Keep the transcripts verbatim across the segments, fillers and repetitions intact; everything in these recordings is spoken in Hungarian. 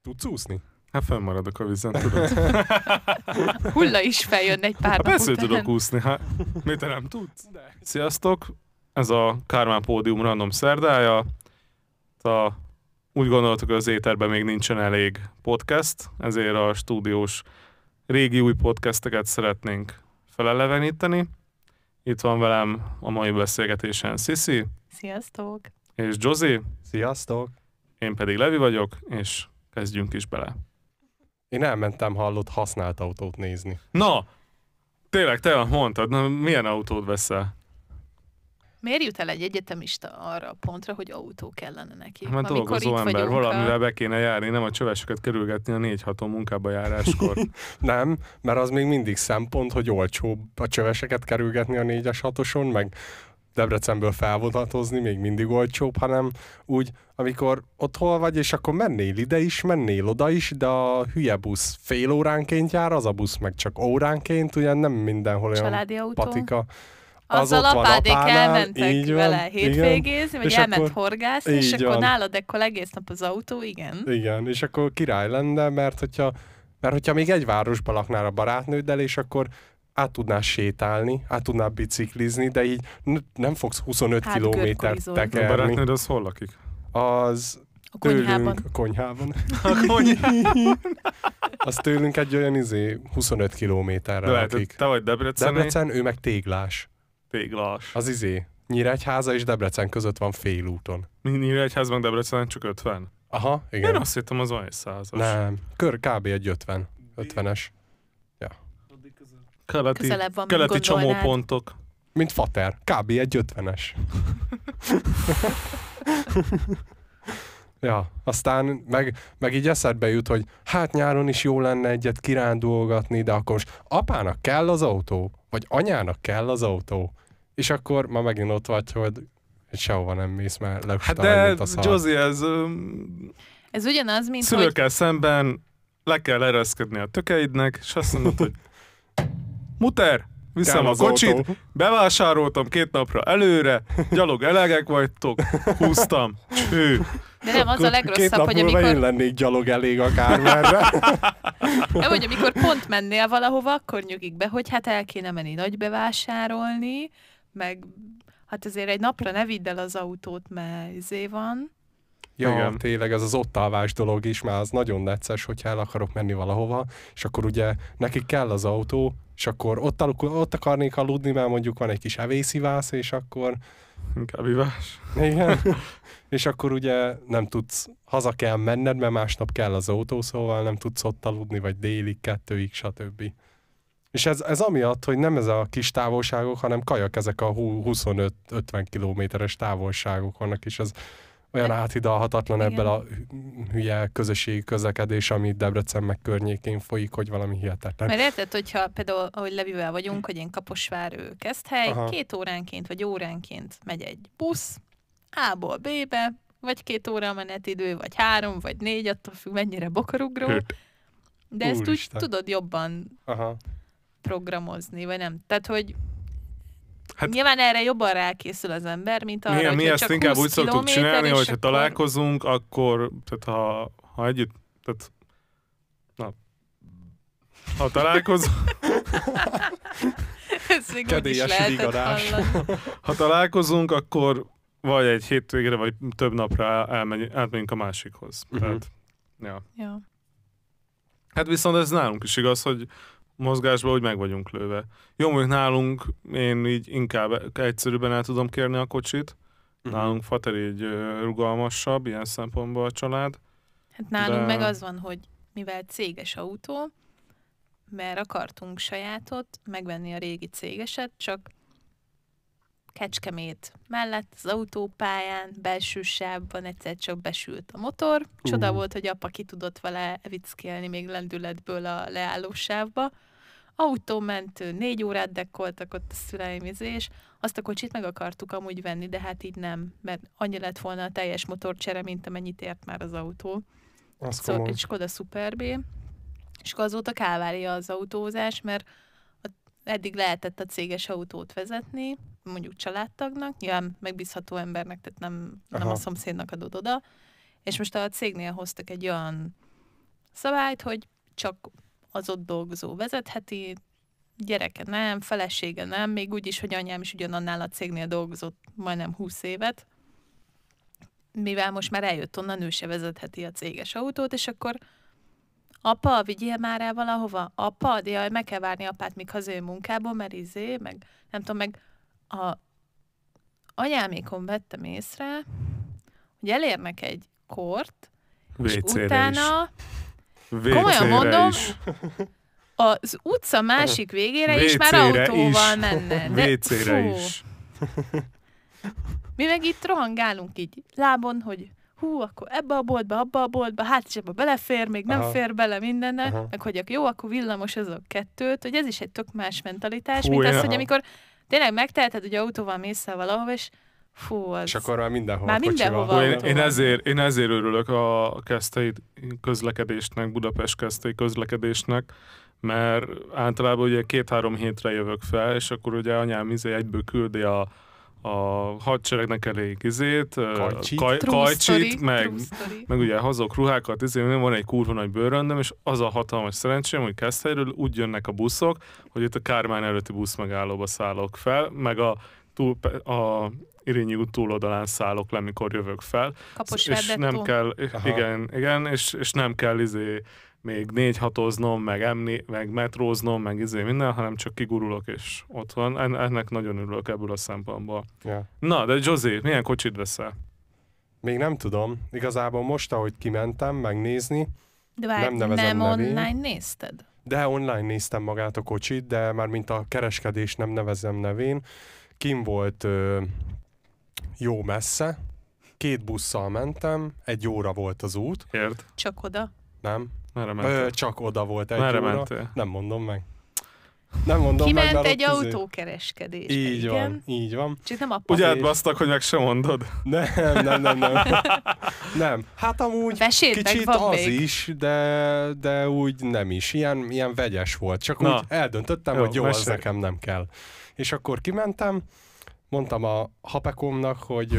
Tudsz úszni? Hát fennmaradok a vízen, tudod. Hulla is feljön egy pár Hát nap persze, hogy után. tudok úszni, hát mit te nem tudsz? Sziasztok! Ez a Kármán Pódium random szerdája. A, úgy gondoltuk, hogy az éterben még nincsen elég podcast, ezért a stúdiós régi új podcasteket szeretnénk feleleveníteni. Itt van velem a mai beszélgetésen Sziszi. Sziasztok! És Josi. Sziasztok! Én pedig Levi vagyok, és kezdjünk is bele. Én elmentem, hallott, használt autót nézni. Na, tényleg, te mondtad, na, milyen autót veszel? Miért jut el egy egyetemista arra a pontra, hogy autó kellene neki? Mert dolgozó ember, vagyunk valamivel a... be kéne járni, nem a csöveseket kerülgetni a négy haton munkába járáskor. Nem, mert az még mindig szempont, hogy olcsóbb a csöveseket kerülgetni a négyes hatoson, meg Debrecenből felvonatozni még mindig olcsóbb, hanem úgy, amikor otthon vagy, és akkor mennél ide is, mennél oda is, de a hülye busz fél óránként jár, az a busz meg csak óránként, ugye nem mindenhol olyan Családi autó. patika. Azzal ott van apádék apánál, elmentek így van, vele hétvégézni, vagy És elment akkor- horgászni, és így akkor van. nálad ekkor egész nap az autó, igen. Igen, és akkor király lenne, mert hogyha, mert hogyha még egy városba laknál a barátnőddel, és akkor át tudnál sétálni, át tudnál biciklizni, de így n- nem fogsz huszonöt Hát kilométert görkorizol. A tekerni. barátnőd az hol lakik? Az A konyhában. tőlünk, a konyhában. A konyhában. Az tőlünk egy olyan izé huszonöt kilométerre De lehet, hogy lakik. te vagy Debreceni, Debrecen, ő meg Téglás. Téglás. Az izé Nyíregyháza és Debrecen között van félúton. Nyíregyházban Debrecenen csak ötven. Aha, igen. Én azt hittem, az van egy százas. Nem, kör kb. Egy ötven. ötvenes. Keleti, Közelebb van, mint keleti gondolnád. csomópontok. Mint Fater. Kb. Egy ötvenes. Ja, aztán meg, meg így eszedbe jut, hogy hát nyáron is jó lenne egyet kirándulgatni, de akkor most apának kell az autó, vagy anyának kell az autó, és akkor ma megint ott vagy, hogy sehova nem mész, mert Hát leustál, de, mint a szar. Josie, ez um, Ez ugyanaz, mint hogy szülőkkel szemben le kell ereszkedni a tökeidnek, és azt mondod, hogy muter, viszem Kell a az kocsit, autó. bevásároltam két napra előre, gyalog elegek vagytok, húztam, cső. de nem, az a Két legrosszabb, nap hogy múlva én amikor, lennék gyalog elég akármerre. nem, hogy amikor pont mennél valahova, akkor nyugik be, hogy hát el kéne menni nagy bevásárolni, meg hát azért egy napra ne vidd el az autót, mert izé van. Ja, Igen. tényleg ez az ott alvás dolog is, már az nagyon necces, hogyha el akarok menni valahova, és akkor ugye nekik kell az autó, és akkor ott, aluk, ott akarnék aludni, mert mondjuk van egy kis evészivász, és akkor Inkább ivás. igen, és akkor ugye nem tudsz, haza kell menned, mert másnap kell az autó, szóval nem tudsz ott aludni, vagy délig, kettőig, stb. És ez, ez amiatt, hogy nem ez a kis távolságok, hanem kajak ezek a huszonöt-ötven kilométeres távolságok vannak, és az olyan áthidalhatatlan Igen. ebben a hülye közösségi közlekedés, ami Debrecen meg környékén folyik, hogy valami hihetetlen. Mert érted, hogyha például, ahogy Levivel vagyunk, hogy én Kaposvár, ő Keszthely, Aha. két óránként vagy óránként megy egy busz A-ból B-be, vagy két óra a menetidő, vagy három, vagy négy, attól függ, mennyire bokarugró. Öt. De ezt úgy Úristen. tudod jobban Aha. programozni, vagy nem? Tehát, hogy Hát- hát, nyilván erre jobban rákészül az ember, mint arra, Mi, hogy mi hogy ezt csak inkább húsz úgy szoktuk kilométer, csinálni, és hogyha akkor- találkozunk, akkor, tehát ha, ha együtt, tehát, na, ha találkozunk, Ez még úgy is Kedélyes lehetett vigadás. hallani. ha találkozunk, akkor vagy egy hétvégére, vagy több napra elmegy, átmegyünk a másikhoz. Mhm. Tehát, ja. Ja. Hát viszont ez nálunk is igaz, hogy mozgásban úgy meg vagyunk lőve. Jó, mondjuk nálunk én így inkább egyszerűbben el tudom kérni a kocsit. Mhm. Nálunk Fater így ö, rugalmasabb, ilyen szempontból a család. Hát nálunk De- meg az van, hogy mivel céges autó, mert akartunk sajátot, megvenni a régi cégeset, csak Kecskemét mellett az autópályán, belső sávban egyszer csak besült a motor. Csoda Ú. volt, hogy apa ki tudott vele vickélni még lendületből a leálló sávba. Autó mentő, négy órát dekkoltak ott a szüleim izé, és azt a kocsit meg akartuk amúgy venni, de hát így nem, mert annyi lett volna a teljes motorcsere, mint amennyit ért már az autó. Az Szóval komoly. egy Skoda Superb, és akkor azóta kávária az autózás, mert a- eddig lehetett a céges autót vezetni, mondjuk családtagnak, nyilván megbízható embernek, tehát nem, nem Aha. a szomszédnak adod oda, és most a cégnél hoztak egy olyan szabályt, hogy csak az ott dolgozó vezetheti, gyereke nem, felesége nem, még úgy is, hogy anyám is ugyanannál a cégnél dolgozott majdnem húsz évet, mivel most már eljött onnan, ő se vezetheti a céges autót, és akkor apa, vigyél már el valahova, apa, de jaj, meg kell várni apát, míg hazajön munkából, mert izé, meg nem tudom, meg a anyámékon vettem észre, hogy elérnek egy kort, és utána, komolyan mondom, is. Az utca másik végére is már autóval is. Menne. De, vécére is. Mi meg itt rohangálunk így lábon, hogy hú, akkor ebbe a boltba, abba a boltba, hát is ebbe belefér, még nem Aha. fér bele mindenne, Aha. meg hogy jó, akkor villamos ez a kettőt, hogy ez is egy tök más mentalitás, hú, mint az, hogy amikor tényleg megteheted, hogy autóval mész el valahova, és fú, az... És akkor már mindenhol már mindenhova én, én, ezért, én ezért örülök a keszthelyi közlekedésnek, Budapest keszthelyi közlekedésnek, mert általában ugye két-három hétre jövök fel, és akkor ugye anyám izé egyből küldi a a hadseregnek elég izét, kajcsit, kaj, kajcsit meg, meg ugye hazok ruhákat, izé, van egy kurva nagy bőröndöm, és az a hatalmas szerencsém, hogy Keszthelyről úgy jönnek a buszok, hogy itt a Kármán előtti busz megállóba szállok fel, meg a, túl, a Irényi út túloldalán szállok le, mikor jövök fel. És nem kell, igen, igen, és, és nem kell izé még négy hatoznom, meg, emni, meg metróznom, meg izé minden, hanem csak kigurulok, és ott van. Ennek nagyon örülök ebből a szempontból. Yeah. Na, de Zsozé, milyen kocsit veszel? Még nem tudom. Igazából most, ahogy kimentem megnézni, de várj, nem nevezem nem nevén. online nézted? De online néztem magát a kocsit, de már mint a kereskedés nem nevezem nevén. Kim volt ö, jó messze, két busszal mentem, egy óra volt az út. Ért? Csak oda? Nem. Ö, csak oda volt egy Merre óra. mentél? Nem mondom meg. Nem mondom Kiment meg, egy autókereskedésbe. Így igen. van, így van. Csak nem apa. Ugye átbasztak, hogy meg sem mondod? Nem, nem, nem, nem. nem. Hát amúgy Vesét kicsit meg az még. is, de, de úgy nem is. Ilyen, ilyen vegyes volt. Csak Na. úgy eldöntöttem, jó, hogy jó, az nekem nem kell. És akkor kimentem, mondtam a hapekomnak, hogy...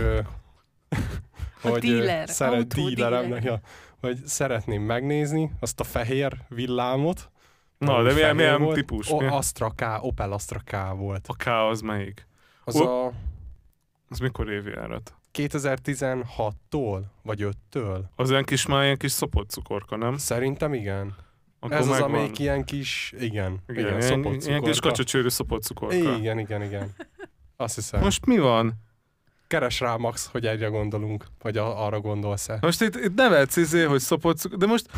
a hogy dealer, szeret, dealeremnek, ja, hogy szeretném megnézni azt a fehér villámot. Na, de milyen, milyen típus? O, Astra K, Opel Astra K volt. A K az melyik? Az o, a... Az mikor évjárat? kétezer-tizenhattól, vagy öttől. Az olyan kis, már ilyen kis szopott cukorka, nem? Szerintem igen. Akkor ez az, megvan. amelyik ilyen kis, igen, igen, igen ilyen, szopott cukorka. Ilyen kis kacsacsőrű szopott cukorka. Igen, igen, igen. Azt hiszem. Most mi van? Keres rá, Max, hogy egyre gondolunk, vagy a, arra gondolsz-e. Most itt, itt nevetsz izé, hogy szopott cukor, de most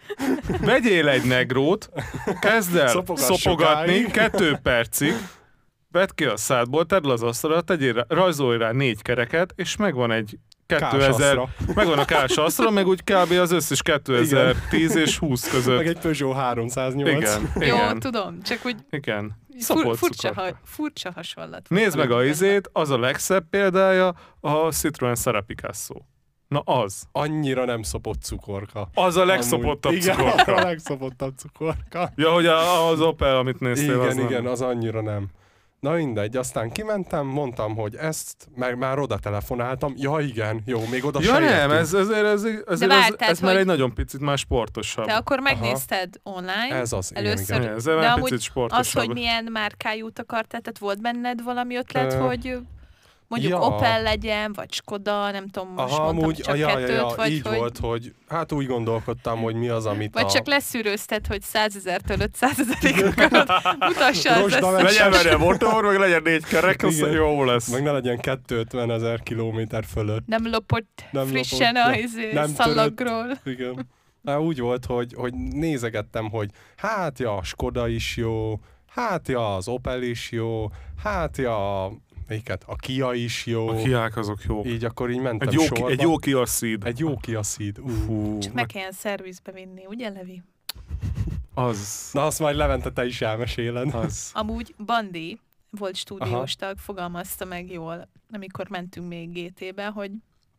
vegyél egy negrót, kezd el Szopogass szopogatni sokáig. kettő percig, vedd ki a szádból, tedd le az asztalra, tegyél rá, rajzolj rá négy kereket, és megvan egy kétezer, megvan a kás asztra, meg úgy kb. Az összes kétezer-tíz és húsz között. Meg egy Peugeot háromszáznyolc. Igen, Jó, igen. tudom, csak úgy igen. Fur, furcsa, ha, furcsa hasonlat. Nézd meg a izét, az a legszebb példája a Citroen Sara Picasso. Na az. Annyira nem szopott cukorka. Az a legszopottabb Amúgy. cukorka. Igen, a legszopottabb cukorka. Ja, hogy a, az Opel, amit néztél, igen, az igen, nem. az annyira nem. Na mindegy, aztán kimentem, mondtam, hogy ezt, meg már oda telefonáltam. Ja igen, jó, még oda ja, se nem, ez, ez, ez, ez, vár, ez, ez már egy nagyon picit már sportosabb. Te akkor megnézted Aha. online ez az, először, igen, igen. Ez de egy amúgy picit sportosabb. az, hogy milyen márkájút akartál, tehát volt benned valami ötlet, Ö... hogy mondjuk ja. Opel legyen, vagy Skoda, nem tudom, most Aha, mondtam amúgy, csak ja, kettőt, ja, ja, vagy így hogy... volt, hogy hát úgy gondolkodtam, hogy mi az, amit Vagy a... csak leszűrözted, hogy százezertől ötszázezerig akarod, mutassa az Rosda összes. Legyen vele motor, meg legyen négy kerek, az Igen. jó lesz. Meg ne legyen kétszázötven ezer kilométer fölött. Nem lopott Nem frissen lopott, a ja. izé, Nem szalagról. Igen. Na, úgy volt, hogy, hogy nézegettem, hogy hát ja, a Skoda is jó, hát ja, az Opel is jó, hát ja, melyiket? A Kia is jó. A Kiák azok jók. Így akkor így mentem Egy jó, sorba. egy jó Kia Ceed. Egy jó Kia Ceed. Uh. Csak meg kelljen szervizbe vinni, ugye Levi? Az. Na azt majd Levente te is elmeséled. Az. Amúgy Bandi volt stúdiós tag, fogalmazta meg jól, amikor mentünk még gé té-be, hogy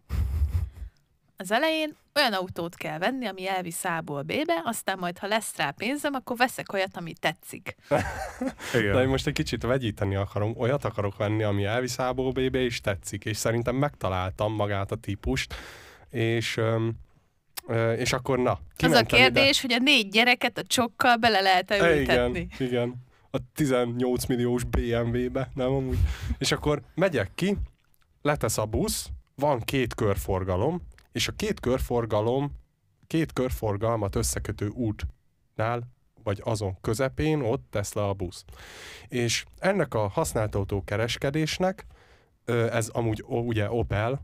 az elején olyan autót kell venni, ami elvisz A-ból B-be, aztán majd, ha lesz rá pénzem, akkor veszek olyat, ami tetszik. Igen. De én most egy kicsit vegyíteni akarom. Olyat akarok venni, ami elvisz A-ból B-be és tetszik. És szerintem megtaláltam magát a típust. És öm, És akkor na, az a kérdés, ide. Hogy a négy gyereket a csokkal bele lehet-e ültetni. Igen, igen. A tizennyolc milliós bé em vé-be, nem amúgy. És akkor megyek ki, letesz a busz, van két körforgalom, és a két körforgalom, két körforgalmat összekötő útnál, vagy azon közepén ott tesz le a busz. És ennek a használt autó kereskedésnek, ez amúgy ugye Opel,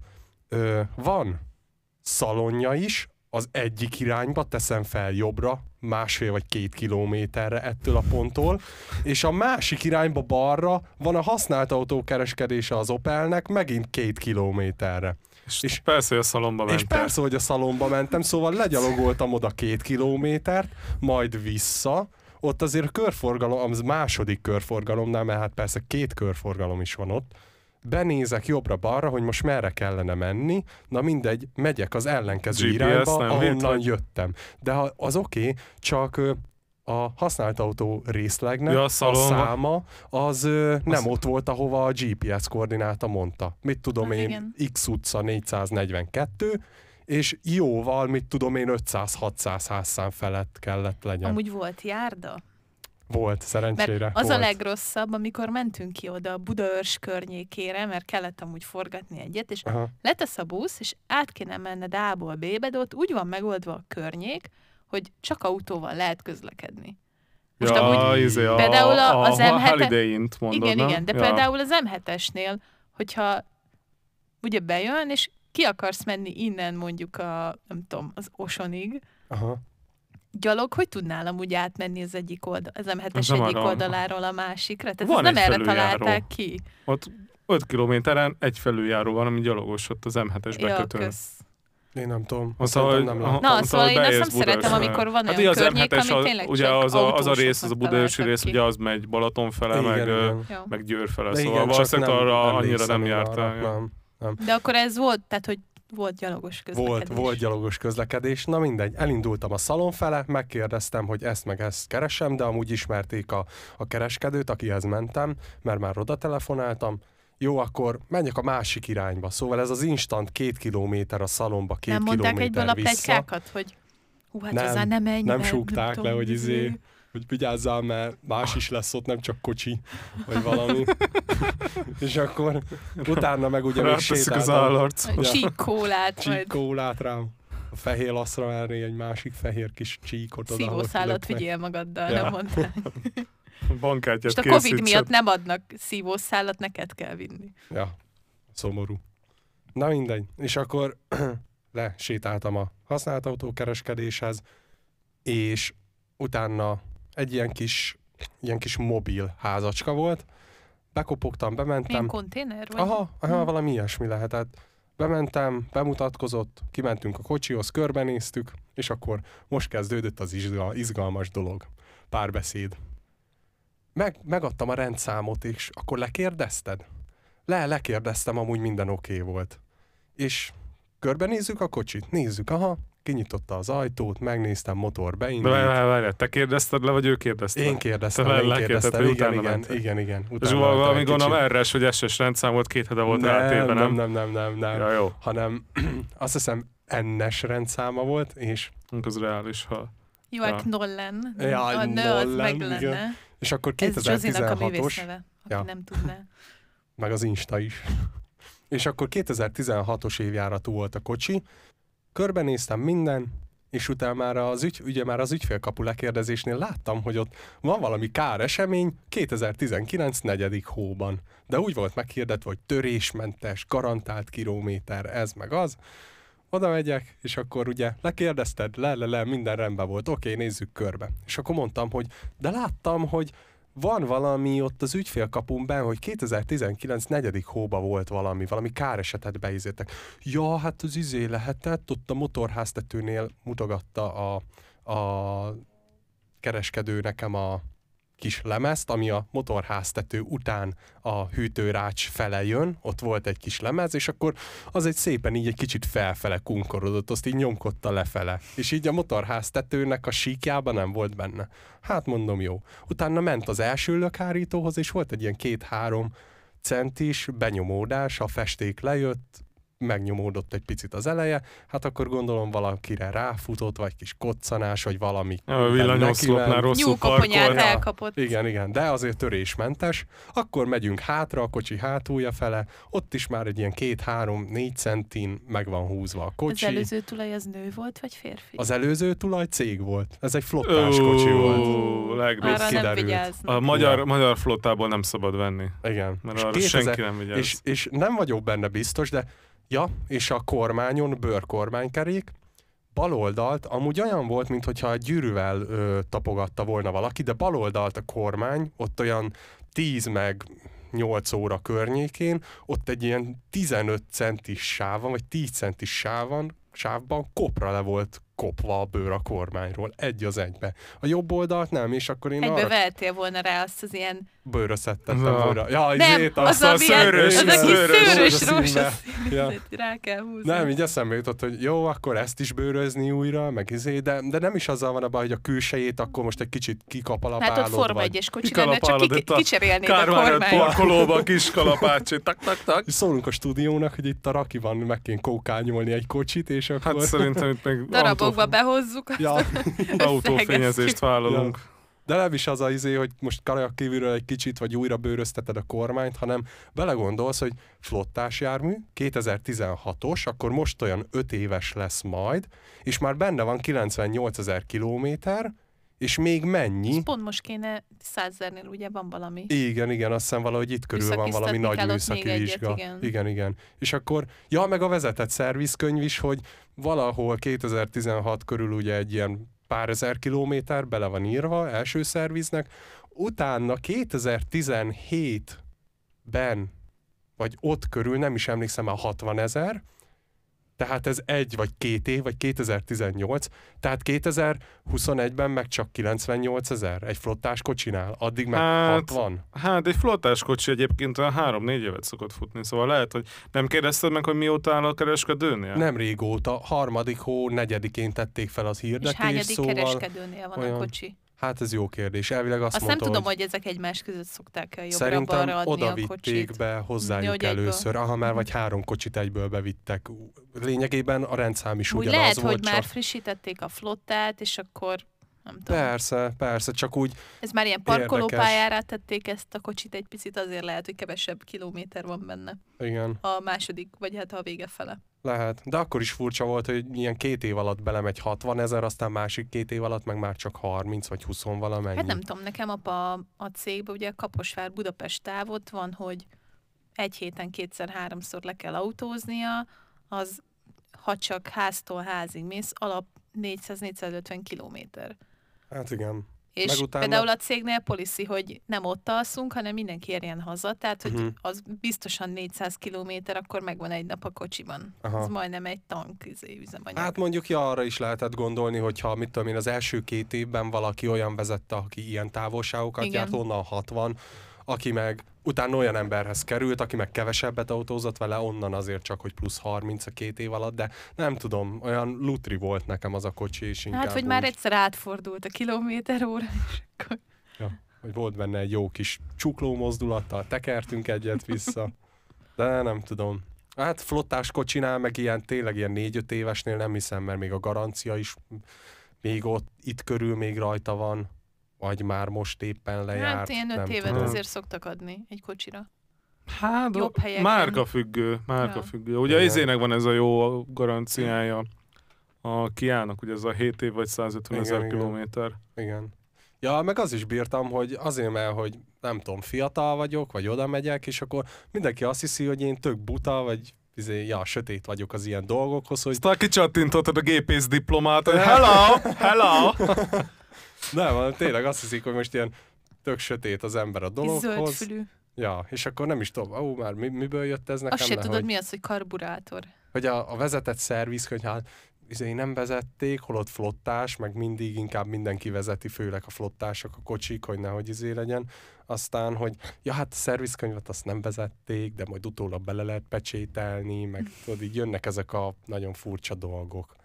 van szalonja is, az egyik irányba, teszem fel jobbra, másfél vagy két kilométerre ettől a ponttól, és a másik irányba balra van a használt autókereskedése az Opelnek, megint két kilométerre. És, és persze, hogy a szalomba mentem. És persze, hogy a szalomba mentem, szóval legyalogoltam oda két kilométert, majd vissza, ott azért a körforgalom, az második körforgalomnál, mert hát persze két körforgalom is van ott, benézek jobbra-balra, hogy most merre kellene menni, na mindegy, megyek az ellenkező gé pé es irányba, ahonnan jöttem. De az oké, okay, csak a használt autó részlegnek ja, a, a száma, az nem az... ott volt, ahova a gé pé es koordináta mondta. Mit tudom az én, igen. X utca négyszáznegyvenkettő, és jóval, mit tudom én, ötszáz-hatszáz házszám felett kellett legyen. Amúgy volt járda? Volt, szerencsére. Mert az volt. A legrosszabb, amikor mentünk ki oda a Budaörs környékére, mert kellett amúgy forgatni egyet, és aha. letesz a busz, és át kéne menned A-ból B-be, de ott úgy van megoldva a környék, hogy csak autóval lehet közlekedni. Most ja, amúgy izé, például a, az em hetes... mondod, igen, nem? igen, de ja. például az em hetesnél, hogyha ugye bejön, és ki akarsz menni innen mondjuk a, nem tudom, az Osonig, aha. gyalog, hogy tudnál amúgy átmenni az egyik oldal, az em hetes egyik arra. oldaláról a másikra? Tehát van nem erre találták ki. Ott öt kilométeren egy felüljáró van, ami gyalogos ott az em hetes bekötőn. Ja, én nem tudom. Azt ahogy, nem Na, Na szóval én azt nem szeretem, amikor van hát olyan környék, ami tényleg ugye az a, az a rész, az a budaörsi rész, ki. Ugye az megy Balaton fele, igen, meg, igen. meg Győr fele, de szóval valószínűleg arra annyira nem jártál. Nem, nem. De akkor ez volt, tehát hogy volt gyalogos közlekedés. Volt, volt gyalogos közlekedés. Na mindegy, elindultam a szalon fele, megkérdeztem, hogy ezt meg ezt keresem, de amúgy ismerték a, a kereskedőt, akihez mentem, mert már oda telefonáltam. Jó, akkor menjek a másik irányba. Szóval ez az instant két kilométer a szalomba, két nem kilométer vissza. Nem mondták egyből a pletykákat, hogy hú, hát nem, hozzá nem menj, nem súgták le, hogy izé, hogy vigyázzál, mert más is lesz ott, nem csak kocsi, vagy valami. És akkor utána meg ugye még sétáltam. Csíkkólát. Csíkkólát rám. A fehér laszra elné egy másik fehér kis csíkot oda. Szívószálat vigyél magaddal, ja. nem mondták. Bankkártyát és a Covid miatt nem adnak szívószálat, neked kell vinni. Ja, szomorú. Na mindegy. És akkor lesétáltam a használt autókereskedéshez, és utána egy ilyen kis, ilyen kis mobil házacska volt. Bekopogtam, bementem. Milyen konténer vagy? Aha, aha hmm. valami ilyesmi lehetett. Bementem, bemutatkozott, kimentünk a kocsihoz, körbenéztük, és akkor most kezdődött az izgalmas dolog. Párbeszéd. Meg, megadtam a rendszámot, és akkor lekérdezted? Le, lekérdeztem, amúgy minden oké okay volt. És körbenézzük a kocsit? Nézzük, aha. Kinyitotta az ajtót, megnéztem, motor beindult. De várj, várj, te kérdezted le, vagy ő kérdezte? Én kérdeztem, te én kérdeztem, igen, igen, igen, igen. És valami gondolom erre, hogy es es rendszám volt, két hete volt rátében, nem? Nem, nem, nem, nem, ja, jó. hanem azt hiszem en-es rendszáma volt, és... Az reális, ha... Jó, a Knollen. Ja, a nő az meg lenne. És akkor kétezer-tizenhatos... Ez ja. nem tudná. Meg az Insta is. És akkor kétezer-tizenhatos évjáratú volt a kocsi, körbenéztem minden, és utána már az, ügy, ugye már az ügyfélkapu lekérdezésnél láttam, hogy ott van valami káresemény kétezer-tizenkilenc negyedik hóban. De úgy volt meghirdetve, hogy törésmentes, garantált kilométer, ez meg az. Oda megyek, és akkor ugye lekérdezted, le, le, le, minden rendben volt, oké, nézzük körbe. És akkor mondtam, hogy de láttam, hogy van valami ott az ügyfélkapun benn, hogy kétezer-tizenkilenc negyedik hóba volt valami, valami káresetet beizétek. Ja, hát az izé lehetett, ott a motorháztetőnél mutogatta a, a kereskedő nekem a kis lemezt, ami a motorháztető után a hűtőrács fele jön, ott volt egy kis lemez, és akkor az egy szépen így egy kicsit felfele kunkorodott, azt így nyomkodta lefele. És így a motorháztetőnek a síkjában nem volt benne. Hát mondom, jó. Utána ment az első lökhárítóhoz, és volt egy ilyen két-három centis benyomódás, a festék lejött, megnyomódott egy picit az eleje, hát akkor gondolom valakire ráfutott, vagy kis koccanás, vagy valami. A villanyoszlopnál rosszul nyúlkoponyát parkolt. elkapott. Igen, igen, de azért törésmentes. Akkor megyünk hátra a kocsi hátulja fele, ott is már egy ilyen két-három-négy centin meg van húzva a Az kocsi. előző tulaj az nő volt, vagy férfi? Az előző tulaj cég volt. Ez egy flottás kocsi volt. Ó, legrosszabb. Arra nem kiderült. vigyáznak. A magyar, Ja. magyar flottából nem szabad venni, Igen. mert És arra kétezer senki nem vigyáz. És, és nem vagyok benne biztos, de ja, és a kormányon bőrkormánykerék, baloldalt amúgy olyan volt, mintha gyűrűvel ö, tapogatta volna valaki, de baloldalt a kormány, ott olyan tíz meg nyolc óra környékén, ott egy ilyen tizenöt centis sávon, vagy tíz centis sávon, sávban kopra le volt kopva a bőr a kormányról, egy az egybe. A jobb oldalt nem, és akkor én Egybe arra vertél volna rá azt az ilyen... bőröszettettem Az a- volna. Ja, Nem, izét, az azt a a milyen- szőrös, az a kis szőrös, szőrös rózsaszínbe. rózsaszín. Ja. Rá kell húzni. Nem, így eszembe jutott, hogy jó, akkor ezt is bőrözni újra, meg izé, de, de nem is azzal van a baj, hogy a külsejét akkor most egy kicsit kikalapálod. Hát ott Forma vagy... egyes kocsi lenne, csak Kikalapálod ki, itt a kicserélnéd a Kárványat kormányt. parkolóba a kis kalapácsi, tak, tak, tak. És szólunk a stúdiónak, hogy itt a Rakiban meg kéne kókányolni egy kocsit, és akkor... Hát szerintem itt még Darabokba autó, behozzuk. Ja, autófényezést vállalunk. de nem is az a izé, hogy most kajak kívülről egy kicsit, vagy újra bőrözteted a kormányt, hanem belegondolsz, hogy flottás jármű, kétezer-tizenhatos, akkor most olyan öt éves lesz majd, és már benne van kilencvennyolcezer kilométer, és még mennyi? Pont most kéne százezernél ugye van valami. Igen, igen, azt hiszem valahogy itt körül van valami Műszakiztatni nagy kell ott műszaki még egyet, vizsga. igen. igen, igen. És akkor, ja, meg a vezetett szervizkönyv is, hogy valahol kétezer-tizenhat körül ugye egy ilyen pár ezer kilométer bele van írva első szerviznek, utána kétezer-tizenhétben, vagy ott körül, nem is emlékszem, már hatvanezer, tehát ez egy vagy két év, vagy kétezer-tizennyolc, tehát kétezer-huszonegyben meg csak kilencvennyolcezer egy flottás kocsinál, addig meg Hát, hatvan. Hát egy flottás kocsi egyébként olyan három-négy évet szokott futni, szóval lehet, hogy nem kérdezted meg, hogy mióta áll a kereskedőnél? Nem régóta, harmadik hó, negyedikén tették fel az És hirdetést, hányadik szóval kereskedőnél van olyan- a kocsi? hát ez jó kérdés. Elvileg azt, Azt nem mondta, tudom, hogy, hogy ezek egymás között szokták el szerintem jobbra-balra adni oda a vitték kocsit. be hozzájuk Hogy egyből. először, aha, már vagy három kocsit egyből bevittek. Lényegében a rendszám is Úgy ugyanaz lehet, volt, hogy csak... már frissítették a flottát, és akkor nem tudom. Persze, persze, csak úgy Ez már ilyen parkolópályára tették ezt a kocsit egy picit, azért lehet, hogy kevesebb kilométer van benne. igen, A második, vagy hát a vége fele. lehet. De akkor is furcsa volt, hogy ilyen két év alatt belemegy hatvanezer, aztán másik két év alatt meg már csak harminc vagy húsz valamennyi. Hát nem tudom, nekem apa a cégben ugye Kaposvár Budapest távot van, hogy egy héten kétszer-háromszor le kell autóznia, az ha csak háztól házig mész, alap négyszáz-négyszázötven kilométer. Hát igen. És Meg utána- például a cégnél policy, hogy nem ott alszunk, hanem mindenki érjen haza, tehát hogy Mhm. az biztosan négyszáz kilométer, akkor megvan egy nap a kocsiban. Aha. Ez majdnem egy tank izé, üzemanyag. Hát mondjuk ja, arra is lehetett gondolni, hogyha mit tudom én, az első két évben valaki olyan vezette, aki ilyen távolságokat Igen. járt, onnan hatvan, aki meg utána olyan emberhez került, aki meg kevesebbet autózott vele, onnan azért csak, hogy plusz harminc a két év alatt, de nem tudom, olyan lutri volt nekem az a kocsi, és inkább hát, hogy úgy, már egyszer átfordult a kilométer óra, és akkor... ja, hogy volt benne egy jó kis csukló mozdulattal, tekertünk egyet vissza, de nem tudom. Hát flottás kocsinál, meg ilyen tényleg ilyen négy-öt évesnél nem hiszem, mert még a garancia is még ott, itt körül még rajta van, vagy már most éppen lejárt. Hát ilyen öt nem évet tudom. azért szoktak adni egy kocsira. Hát, Jobb helyeken. márka függő, márka Ja. függő. Ugye Igen. izének van ez a jó garanciája a Kiának, ugye ez a hét év vagy százötven ezer Igen, igen. kilométer. Igen. Ja, meg az is bírtam, hogy azért, mert hogy nem tudom, fiatal vagyok, vagy oda megyek, és akkor mindenki azt hiszi, hogy én tök buta, vagy izé, ja, sötét vagyok az ilyen dolgokhoz, hogy Aztán kicsattintottad a gépész diplomát, hogy hello, hello! nem, tényleg azt hiszik, hogy most ilyen tök sötét az ember a És dologhoz. zöldfülű. Ja, és akkor nem is tudom, ó, már mi, miből jött ez nekem, Azt se le, tudod, hogy, mi az, hogy karburátor. hogy a, a vezetett szerviz, hogy hát izé nem vezették, holott flottás, meg mindig inkább mindenki vezeti, főleg a flottások, a kocsik, hogy nehogy izé legyen. Aztán, hogy ja, hát a szervizkönyvet azt nem vezették, de majd utólag bele lehet pecsételni, meg tudod, így jönnek ezek a nagyon furcsa dolgok.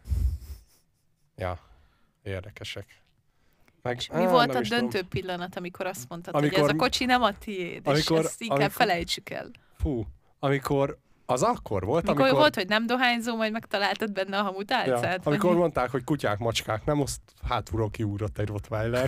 Ja, érdekesek. Meg, És mi á, volt nem a is döntő tudom. pillanat, amikor azt mondtad, Amikor- hogy ez a kocsi nem a tiéd, amikor- és ezt inkább amikor- felejtsük el. Fú, amikor Az akkor volt, Mikor amikor... volt, hogy nem dohányzó, majd megtaláltad benne a hamutálcát? Ja, amikor mondták, hogy kutyák, macskák, nem, azt hátulról kiugrott egy Rottweiler.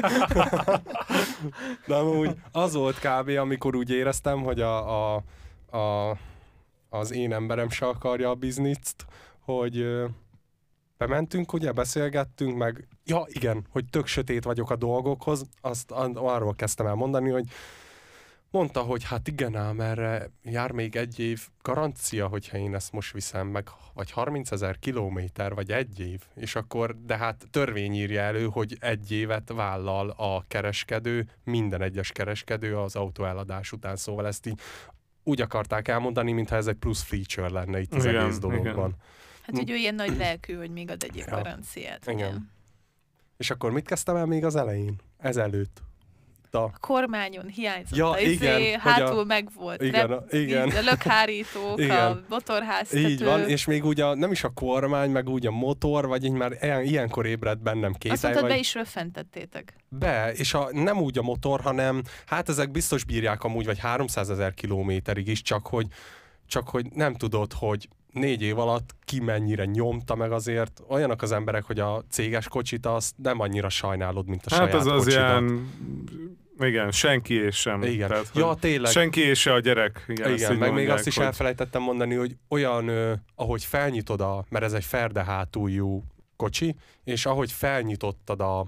De amúgy az volt kb. Amikor úgy éreztem, hogy a, a, a, az én emberem se akarja a bizniszt, hogy ö, bementünk, ugye, beszélgettünk, meg ja, igen, hogy tök sötét vagyok a dolgokhoz, azt arról kezdtem el mondani, hogy mondta, hogy hát igen ám, erre jár még egy év garancia, hogyha én ezt most viszem meg, vagy harmincezer kilométer, vagy egy év, és akkor, de hát törvény írja elő, hogy egy évet vállal a kereskedő, minden egyes kereskedő az autóeladás után, szóval ezt így úgy akarták elmondani, mintha ez egy plusz feature lenne itt az Igen, egész dologban. igen. Hát, hogy ő ilyen nagy lelkű, hogy még ad egy év Ja. garanciát. Igen. És akkor mit kezdtem el még az elején? Ezelőtt. A... A kormányon hiányzott Ja, a izé, igen, hátul hogy a- meg volt. igen, rep, a- igen. így A lökhárítók, Igen. a motorháztető. Így van, és még ugye a, nem is a kormány, meg úgy a motor, vagy így már ilyen, ilyenkor ébredt bennem Azt kételj, mondtad, vagy... be is röffentettétek. Be, és a, nem úgy a motor, hanem hát ezek biztos bírják amúgy, vagy háromszázezer kilométerig is, csak hogy, csak hogy nem tudod, hogy négy év alatt ki mennyire nyomta meg azért. Olyanok az emberek, hogy a céges kocsit azt nem annyira sajnálod, mint a Hát saját az az kocsidat. ilyen, igen, senki és sem. Igen. Tehát, Ja, hogy tényleg. senki és se a gyerek. Igen, ezt Igen, így meg még mondják, azt is hogy- elfelejtettem mondani, hogy olyan, ö, ahogy felnyitod a, mert ez egy ferde hátuljú kocsi, és ahogy felnyitottad a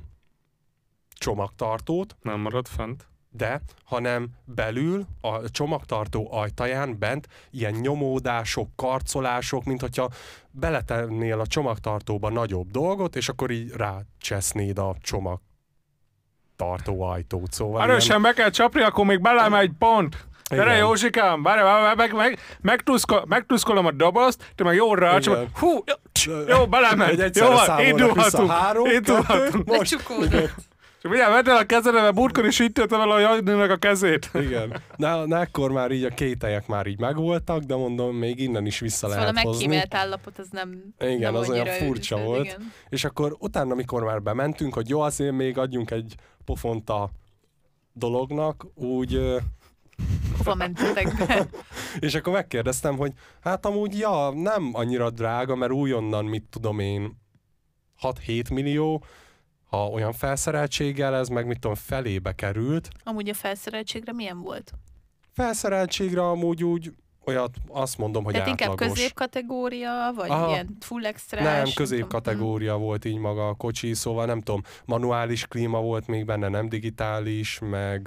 csomagtartót, Nem marad fent. de, hanem belül a csomagtartó ajtaján bent ilyen nyomódások, karcolások, mint hogyha beletennél a csomagtartóba nagyobb dolgot, és akkor így rácsesznéd a csomagtartó ajtót. Szóval Erősen be kell csapni, akkor még belám egy pont. Gyere Igen. Józsikám, várj, várj, várj, meg, meg, megtuszkol, megtuszkolom a dobozt, te meg jól rácsapod. Igen. Hú, jó, jó belement. Hogy Jó egyszerre van, számolnak indulhatunk. vissza. Három, Indulhatunk. kettő, most. Lecsukódott. Csak mindjárt vedd el a kezedbe, mert múltkor is így töltem el a Janinak a kezét. Igen. Na, na, ekkor már így a kételyek már így megvoltak, de mondom, még innen is vissza Szóval a lehet hozni. megkímélt állapot az nem Igen, nem az olyan annyira furcsa üdvözlő, volt. igen. És akkor utána, amikor már bementünk, hogy jó, azért még adjunk egy pofont a dolognak, úgy, ö, Hova mentetek be? és akkor megkérdeztem, hogy hát amúgy, ja, nem annyira drága, mert újonnan, mit tudom én, hat-hét millió, ha olyan felszereltséggel, ez meg mit tudom, felébe került. Amúgy a felszereltségre milyen volt? Felszereltségre amúgy úgy olyat, azt mondom, hogy Tehát inkább átlagos. középkategória, vagy Aha. ilyen full extrás? Nem, tudom. középkategória volt így maga a kocsi, szóval nem tudom, manuális klíma volt még benne, nem digitális, meg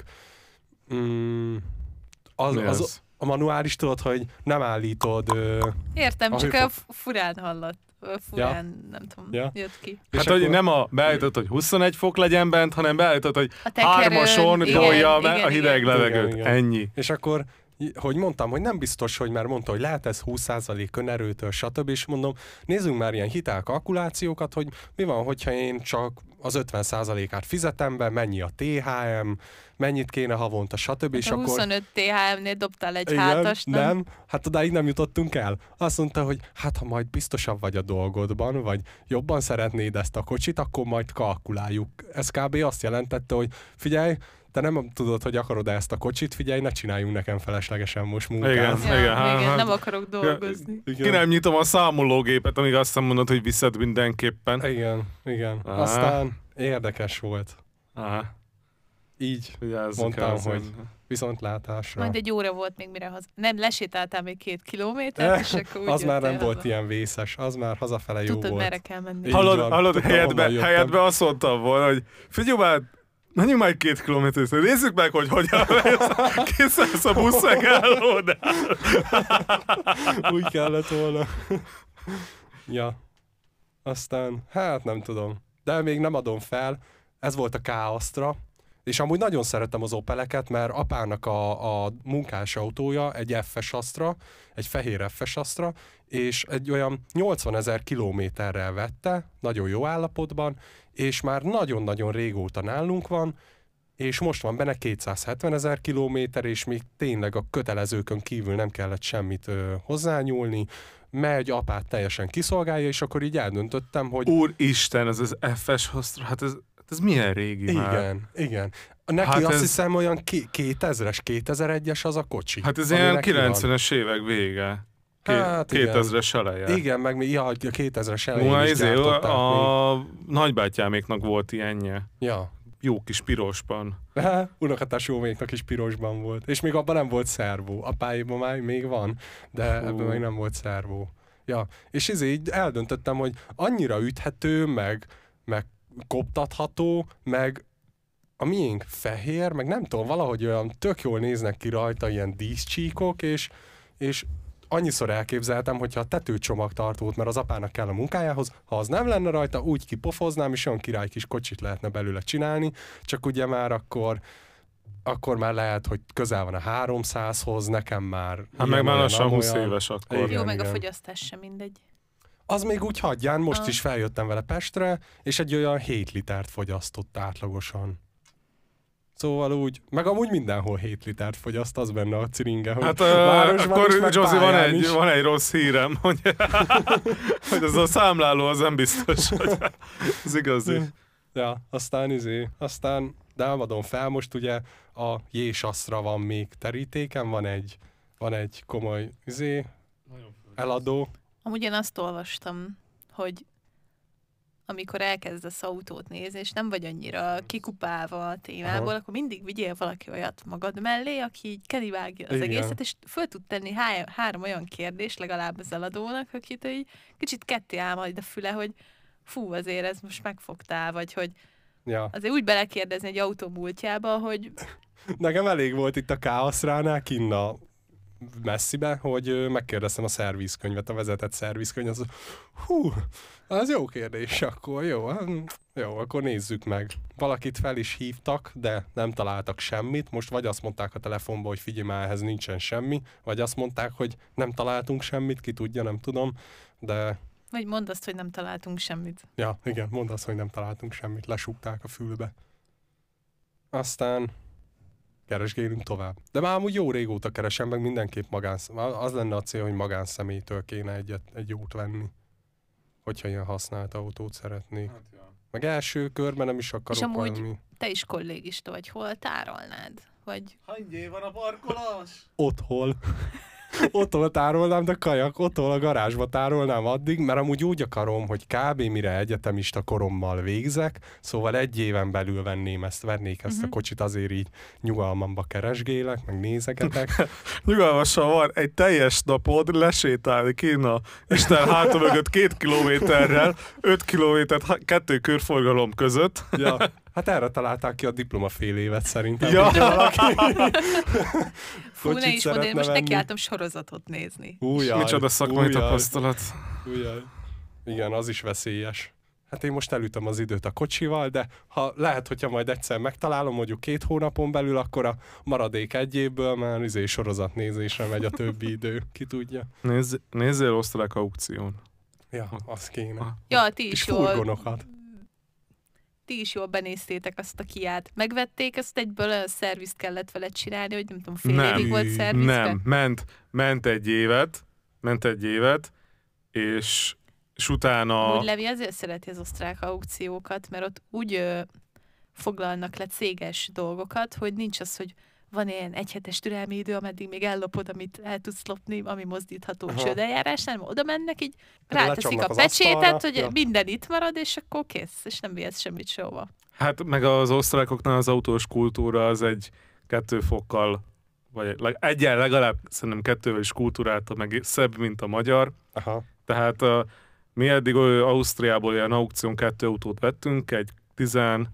mm, az, Mi az, ez? a manuális tudod, hogy nem állítod, ö, Értem, A csak hőfok- a f- furán hallott. Ö, Furán, nem tudom, Ja. jött ki. és Hát, akkor- hogy nem a beállított, hogy huszonegy fok legyen bent, hanem beállított, hogy A tekerőn, hármason igen, tolja be igen, a hideg igen. levegőt. Igen, igen. Ennyi. És akkor, hogy mondtam, hogy nem biztos, hogy már mondta, hogy lehet ez húsz százalék önerőtől, stb. És mondom, nézzünk már ilyen hitelkalkulációkat, hogy mi van, hogyha én csak az ötven százalékát fizetem be, mennyi a té há em, mennyit kéne havonta, stb. És Hát a akkor... huszonöt té há em-nél dobtál egy Igen, hátast, nem? nem, hát odáig nem jutottunk el. Azt mondta, hogy hát ha majd biztosabb vagy a dolgodban, vagy jobban szeretnéd ezt a kocsit, akkor majd kalkuláljuk. Ez kb. Azt jelentette, hogy figyelj, te nem tudod, hogy akarod ezt a kocsit, figyelj, ne csináljunk nekem feleslegesen most munkát. Igen. Ja, Igen, hát- igen, hát- nem akarok dolgozni. Ki nem nyitom a számológépet, amíg azt nem mondod, hogy viszed mindenképpen. Igen, igen. Aha. Aztán érdekes volt. Aha, Így, vigyázzunk Mondtam, el, hogy- azon. viszontlátásra. Majd egy óra volt még mire haza. Nem, lesétáltál még két kilométert, és akkor úgy Az már nem jöttél volt haza. ilyen vészes, az már hazafele jó Tudtad, volt. merre kell menni. Így Hallod, van, hallod tudtam, helyedbe, honnan jöttem. helyedbe azt mondtam volna, hogy figyelj már, menjünk már egy két kilométert, nézzük meg, hogy hogyan lesz, kész lesz a busz megállódás. Úgy kellett volna. Ja. Aztán, hát nem tudom. De még nem adom fel. Ez volt a K-Astra. És amúgy nagyon szeretem az Opeleket, mert apának a, a munkás autója egy ef-es Astra, egy fehér ef-es Astra, és egy olyan nyolcvanezer kilométerrel vette, nagyon jó állapotban, és már nagyon-nagyon régóta nálunk van, és most van benne kétszázhetvenezer kilométer, és még tényleg a kötelezőkön kívül nem kellett semmit ö, hozzányúlni, megy, apát teljesen kiszolgálja, és akkor így eldöntöttem, hogy Úristen, ez az ef-es hasztra, hát ez Ez milyen régi igen, már? igen. Neki Hát azt ez- hiszem olyan ki- kétezres, kétezer-egyes az a kocsi. Hát ez ami ilyen neki van. kilencvenes évek vége. Ké- Hát igen. kétezres eleje. Igen, meg mi, ja, a kétezres elején Uha, is izé, gyártották még. a nagybátyáméknak volt ilyenje. Ja. Jó kis pirosban. De unokatesóméknak is pirosban volt. És még abban nem volt szervó. Apáiban már még van, de Hú. ebben még nem volt szervó. Ja, és ezért így eldöntöttem, hogy annyira üthető, meg, meg koptatható, meg a miénk fehér, meg nem tudom, valahogy olyan tök jól néznek ki rajta ilyen díszcsíkok, és, és annyiszor elképzeltem, hogyha a tetőcsomagtartót, mert az apának kell a munkájához, ha az nem lenne rajta, úgy kipofoznám, és olyan király kis kocsit lehetne belőle csinálni, csak ugye már akkor akkor már lehet, hogy közel van a háromszázhoz, nekem már... Hát ilyen meg már olyan, lassan húsz amolyan. éves akkor. Igen, Jó, meg a igen. fogyasztás sem mindegy. Az még úgy hagyján, most Ah. is feljöttem vele Pestre, és egy olyan hét litert fogyasztott átlagosan. Szóval úgy, meg amúgy mindenhol hét litert fogyaszt, az benne a ciringe, hogy Hát uh, városban akkor is, meg Josie, van pályán egy, is. van egy rossz hírem, hogy, hogy ez a számláló az nem biztos, hogy ez igazi. Ja, aztán izé, aztán, de nem adom fel, most ugye a Jésaszra van még terítéken, van egy, van egy komoly izé, eladó. Amúgy én azt olvastam, hogy amikor elkezdesz autót nézni, és nem vagy annyira kikupálva a témából, Aha. akkor mindig vigyél valaki olyat magad mellé, aki így kerivágja az Igen. egészet, és föl tud tenni há- három olyan kérdést legalább az eladónak, akit így kicsit ketté áll majd a füle, hogy fú, azért ez most megfogtál, vagy hogy Ja. azért úgy belekérdezni egy autó múltjába, hogy Nekem elég volt itt a káoszránál, kinn a messzibe, hogy ö, megkérdeztem a szervizkönyvet, a vezetett szervizkönyv, az hú, az jó kérdés, akkor jó, hát, jó, akkor nézzük meg. Valakit fel is hívtak, de nem találtak semmit, most vagy azt mondták a telefonban, hogy figyelj már, ehhez nincsen semmi, vagy azt mondták, hogy nem találtunk semmit, ki tudja, nem tudom, de vagy mondd azt, hogy nem találtunk semmit. ja, igen, mondd azt, hogy nem találtunk semmit, lesúgták a fülbe. Aztán keresgélünk tovább. De már amúgy jó régóta keresem, meg mindenképp magánsz... Az lenne a cél, hogy magánszemélytől kéne egyet, egy jót venni. Hogyha ilyen használt autót szeretnék. Meg első körben nem is akarok amúgy- valami... Te is kollégista vagy, hol tárolnád? Vagy Hány van a parkolás? Otthol. Otthol tárolnám, de kajak, otthol a garázsba tárolnám addig, mert amúgy úgy akarom, hogy kb. Mire egyetemista korommal végzek, szóval egy éven belül venném ezt, vennék ezt Mhm. a kocsit, azért így nyugalmamba keresgélek, meg nézegetek. Nyugalmasan van egy teljes napod lesétálni Kína Isten háta mögött két kilométerrel, öt kilométert ha- kettő körforgalom között. Ja, hát erre találták ki a diplomafél évet szerintem. Ja. hogyha valaki fú, ne kocsit is mondani, szeretne most venni. nekiálltam sorozatot nézni. Újjaj, Micsoda szakmai újjaj, tapasztalat. újjaj. Igen, az is veszélyes. Hát én most elütöm az időt a kocsival, de ha lehet, hogyha majd egyszer megtalálom, mondjuk két hónapon belül, akkor a maradék egy évből már izé sorozatnézésre megy a többi idő. Ki tudja. Nézz, nézzél osztrák aukción. Ja, az kéne. Ah. Ja, ti Kis is jól, furgonokat. ti is jól benéztétek azt a Kiát. Megvették, ezt egyből a szervizt kellett vele csinálni, hogy nem tudom, fél Nem. évig volt szervizben. Nem, ment, ment egy évet, ment egy évet, és, és utána... Úgy Levi azért szereti az osztrák aukciókat, mert ott úgy ö, foglalnak le céges dolgokat, hogy nincs az, hogy van ilyen egyhetes türelmi idő, ameddig még ellopod, amit el tudsz lopni, ami mozdítható Aha. csődeljárásnál, oda mennek, így Hát ráteszik lecsapnak a az pecsétet, asztalra, hogy ja. minden itt marad, és akkor kész, és nem vihetsz semmit sehova. Hát meg az osztrákoknál az autós kultúra az egy kettő fokkal, vagy leg- egyen legalább szerintem kettővel is kultúrálta, meg szebb, mint a magyar. Aha. Tehát uh, mi eddig ö, Ausztriából ilyen aukción kettő autót vettünk, egy tizenhármas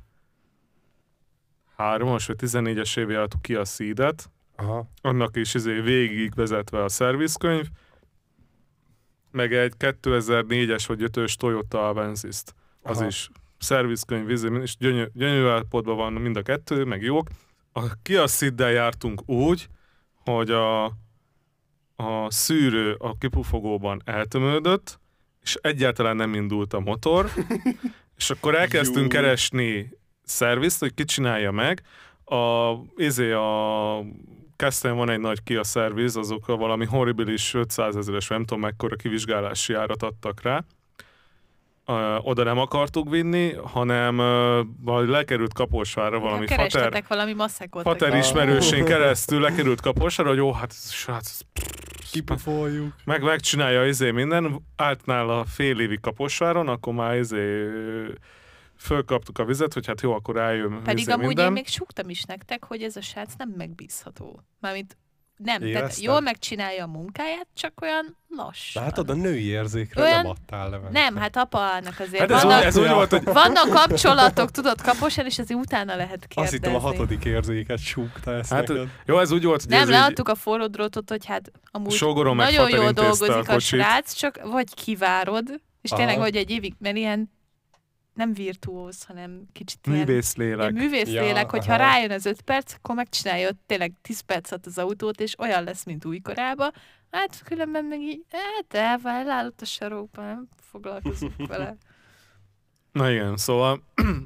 vagy tizennégyes éve jártuk ki a Ceedet, Aha. annak is izé végig vezetve a szervizkönyv, meg egy kétezer-négyes vagy ötös Toyota Avenzist. Az Aha. is szervizkönyv, izé, és gyönyör, gyönyörű állapotban van mind a kettő, meg jók. A Kia Ceeddel jártunk úgy, hogy a, a szűrő a kipufogóban eltömődött, és egyáltalán nem indult a motor, és akkor elkezdtünk Jó. keresni szervizt, hogy ki csinálja meg. A, izé a Keszten van egy nagy Kia szerviz, azok a valami horribilis ötszázezeres, nem tudom mekkora kivizsgálási árat adtak rá. ö, oda nem akartuk vinni, hanem ö, vagy lekerült Kaposvárra valami fater, Kerestetek valami maszekot. fater ismerősén keresztül lekerült Kaposvárra, hogy jó, hát srác, Kipufoljuk. meg megcsinálja izé minden, állt nála fél évig Kaposváron, akkor már izé fölkaptuk a vizet, hogy hát jó, akkor eljön Pedig izé amúgy minden. én még súgtam is nektek, hogy ez a srác nem megbízható. Mármint nem, tehát Érezted? jól megcsinálja a munkáját, csak olyan lassan. Látod, a női érzékre Olyan- nem adtál le. Nem, hát apának azért Hát ez, vannak, úgy, ez úgy volt, hogy vannak kapcsolatok, tudod, Kaposán, és azért utána lehet Azt kérdezni. hittem a hatodik érzéket súgta ezt hát, neked. jó, ez úgy volt, hogy Nem, ez így, leadtuk a forró drótot, hogy hát amúgy sógorom meg nagyon fater jól intézte a dolgozik a, kocsit. srác, csak vagy kivárod, és Aha. tényleg, hogy egy évig, mert ilyen nem virtuóz, hanem kicsit ilyen, művészlélek. ilyen művészlélek, Ja, hogyha aha. rájön az öt perc, akkor megcsinálja ott tényleg tíz percet az autót, és olyan lesz, mint újkorában. Hát különben meg így, hát elvár, elállott a sarokban, nem foglalkozunk vele. Na igen, szóval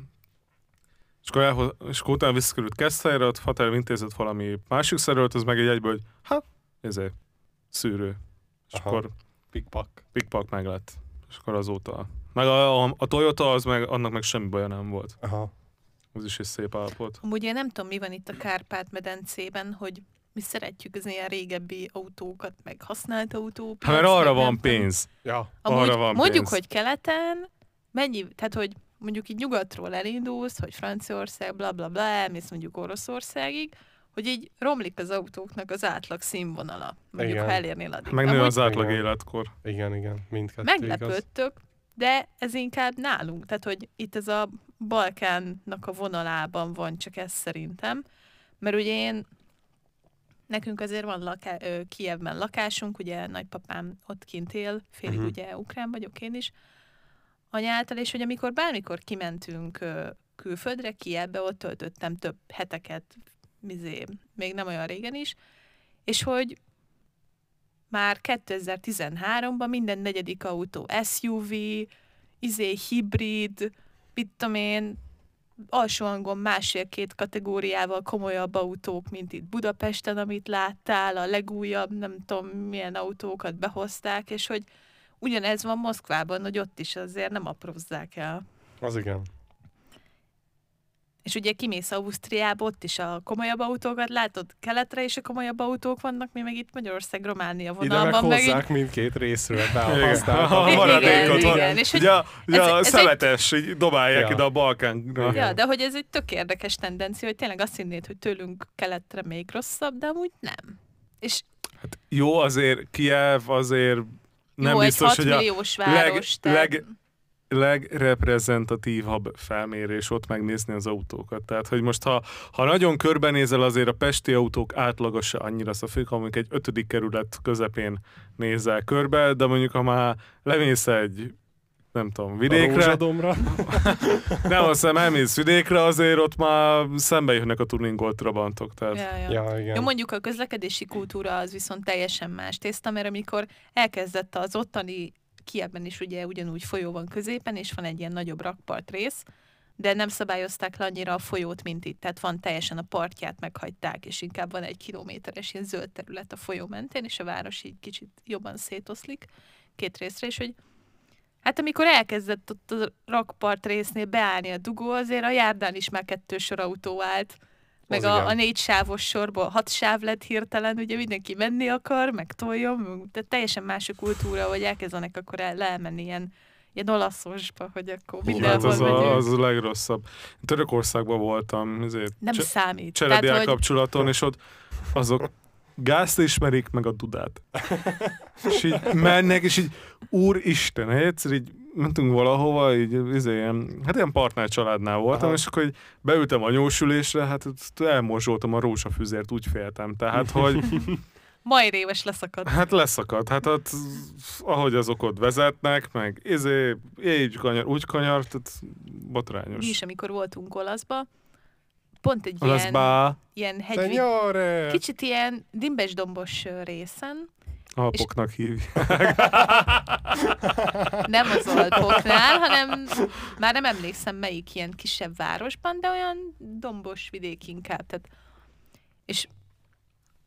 és akkor, elhoz, és akkor utána visszakerült Keszthelyre, ott Fater intézett valami másik szerőt, az meg egy egyből, hogy ha, ezért, szűrő. És Aha. akkor Pikpak. pikpak meg lett. És akkor azóta. Meg a, a, a Toyota, az meg, annak meg semmi baja nem volt. Aha. Az is egy szép állapot. Amúgy én nem tudom, mi van itt a Kárpát-medencében, hogy mi szeretjük az ilyen régebbi autókat, meg használt autópiac. Hát mert arra meg van nem tudom. pénz. Ja. Amúgy arra van mondjuk, pénz. hogy keleten, mennyi, tehát hogy mondjuk így nyugatról elindulsz, hogy Franciaország, bla bla bla, elmész mondjuk Oroszországig, hogy így romlik az autóknak az átlag színvonala. Mondjuk, Igen. ha elérnél addig. Megnő Amúgy az átlag Igen. életkor. Igen, igen. Mindkettő igaz. meglepődtök, de ez inkább nálunk. Tehát, hogy itt ez a Balkánnak a vonalában van, csak ez szerintem. Mert ugye én, nekünk azért van laká, ö, Kijevben lakásunk, ugye nagypapám ott kint él, félig Mhm. ugye ukrán vagyok én is, anyáltal, és hogy amikor bármikor kimentünk ö, külföldre, Kijevbe, ott töltöttem több heteket, mizé, még nem olyan régen is, és hogy már kétezer-tizenháromban minden negyedik autó es u vé, izé hibrid, mit tudom én, alsó hangon másfél-két kategóriával komolyabb autók, mint itt Budapesten, amit láttál, a legújabb, nem tudom milyen autókat behozták, és hogy ugyanez van Moszkvában, hogy ott is azért nem aprózzák el. Az igen. És ugye kimész Ausztriába, ott is a komolyabb autókat látod keletre, és a komolyabb autók vannak, mi meg itt Magyarország, Románia Ide meg vonalban. Meg hozzák mindkét részről, be a Igen. használtat. A maradékot Igen, van. igen, és hogy Ugye, ugye ez- a ez szeletes, így dobálják Ja. ide a Balkánra. Igen. Ja, de hogy ez egy tök érdekes tendencia, hogy tényleg azt hinnéd, hogy tőlünk keletre még rosszabb, de amúgy nem. És Hát jó, azért Kijev azért nem jó, biztos, egy hogy a hat milliós város, leg- tehát leg- legreprezentatívabb felmérés ott megnézni az autókat. Tehát, hogy most ha, ha nagyon körbenézel, azért a pesti autók átlaga se annyira szafik, ha mondjuk egy ötödik kerület közepén nézel körbe, de mondjuk ha már lemész egy nem tudom, A vidékre, rózsadomra. nem azt hiszem, elmész vidékre, azért ott már szembe jönnek a tuningolt trabantok. Tehát ja, ja. Ja, igen. Jó, mondjuk a közlekedési kultúra az viszont teljesen más tészta, mert amikor elkezdett az ottani Kijevben is ugye ugyanúgy folyó van középen, és van egy ilyen nagyobb rakpart rész, de nem szabályozták le annyira a folyót, mint itt. Tehát van teljesen a partját meghagyták, és inkább van egy kilométeres ilyen zöld terület a folyó mentén, és a város így kicsit jobban szétoszlik két részre, és hogy hát amikor elkezdett ott a rakpart résznél beállni a dugó, azért a járdán is már kettő sor autó állt, meg Az a, igen. a négy sávos sorból hat sáv lett hirtelen, ugye mindenki menni akar, meg toljon, tehát teljesen más a kultúra, hogy elkezdenek akkor el, lemenni ilyen, ilyen olaszosba, hogy akkor hát mindenhol az, a, megyünk. az a legrosszabb. Törökországban voltam, ezért Nem cse- számít. cserediák Tehát, hogy kapcsolaton, és ott azok gázt ismerik, meg a dudát. És így mennek, és így úristen, egyszer így mentünk valahova, így izé, ilyen, hát ilyen partner családnál voltam, Aha. és akkor így beültem a nyósülésre, hát ott elmorzsoltam a rózsafüzért, úgy féltem. Tehát, hogy majréves leszakad. hát leszakadt, hát ott, ahogy azok ott vezetnek, meg izé, így kanyar, úgy kanyar, tehát botrányos. Mi is, amikor voltunk olaszba, pont egy Az ilyen, bá, ilyen hegyvid, Senyore! kicsit ilyen dimbes-dombos ö, részen, Alpoknak hívják. nem az Alpoknál, hanem már nem emlékszem melyik ilyen kisebb városban, de olyan dombos vidék inkább. Tehát, és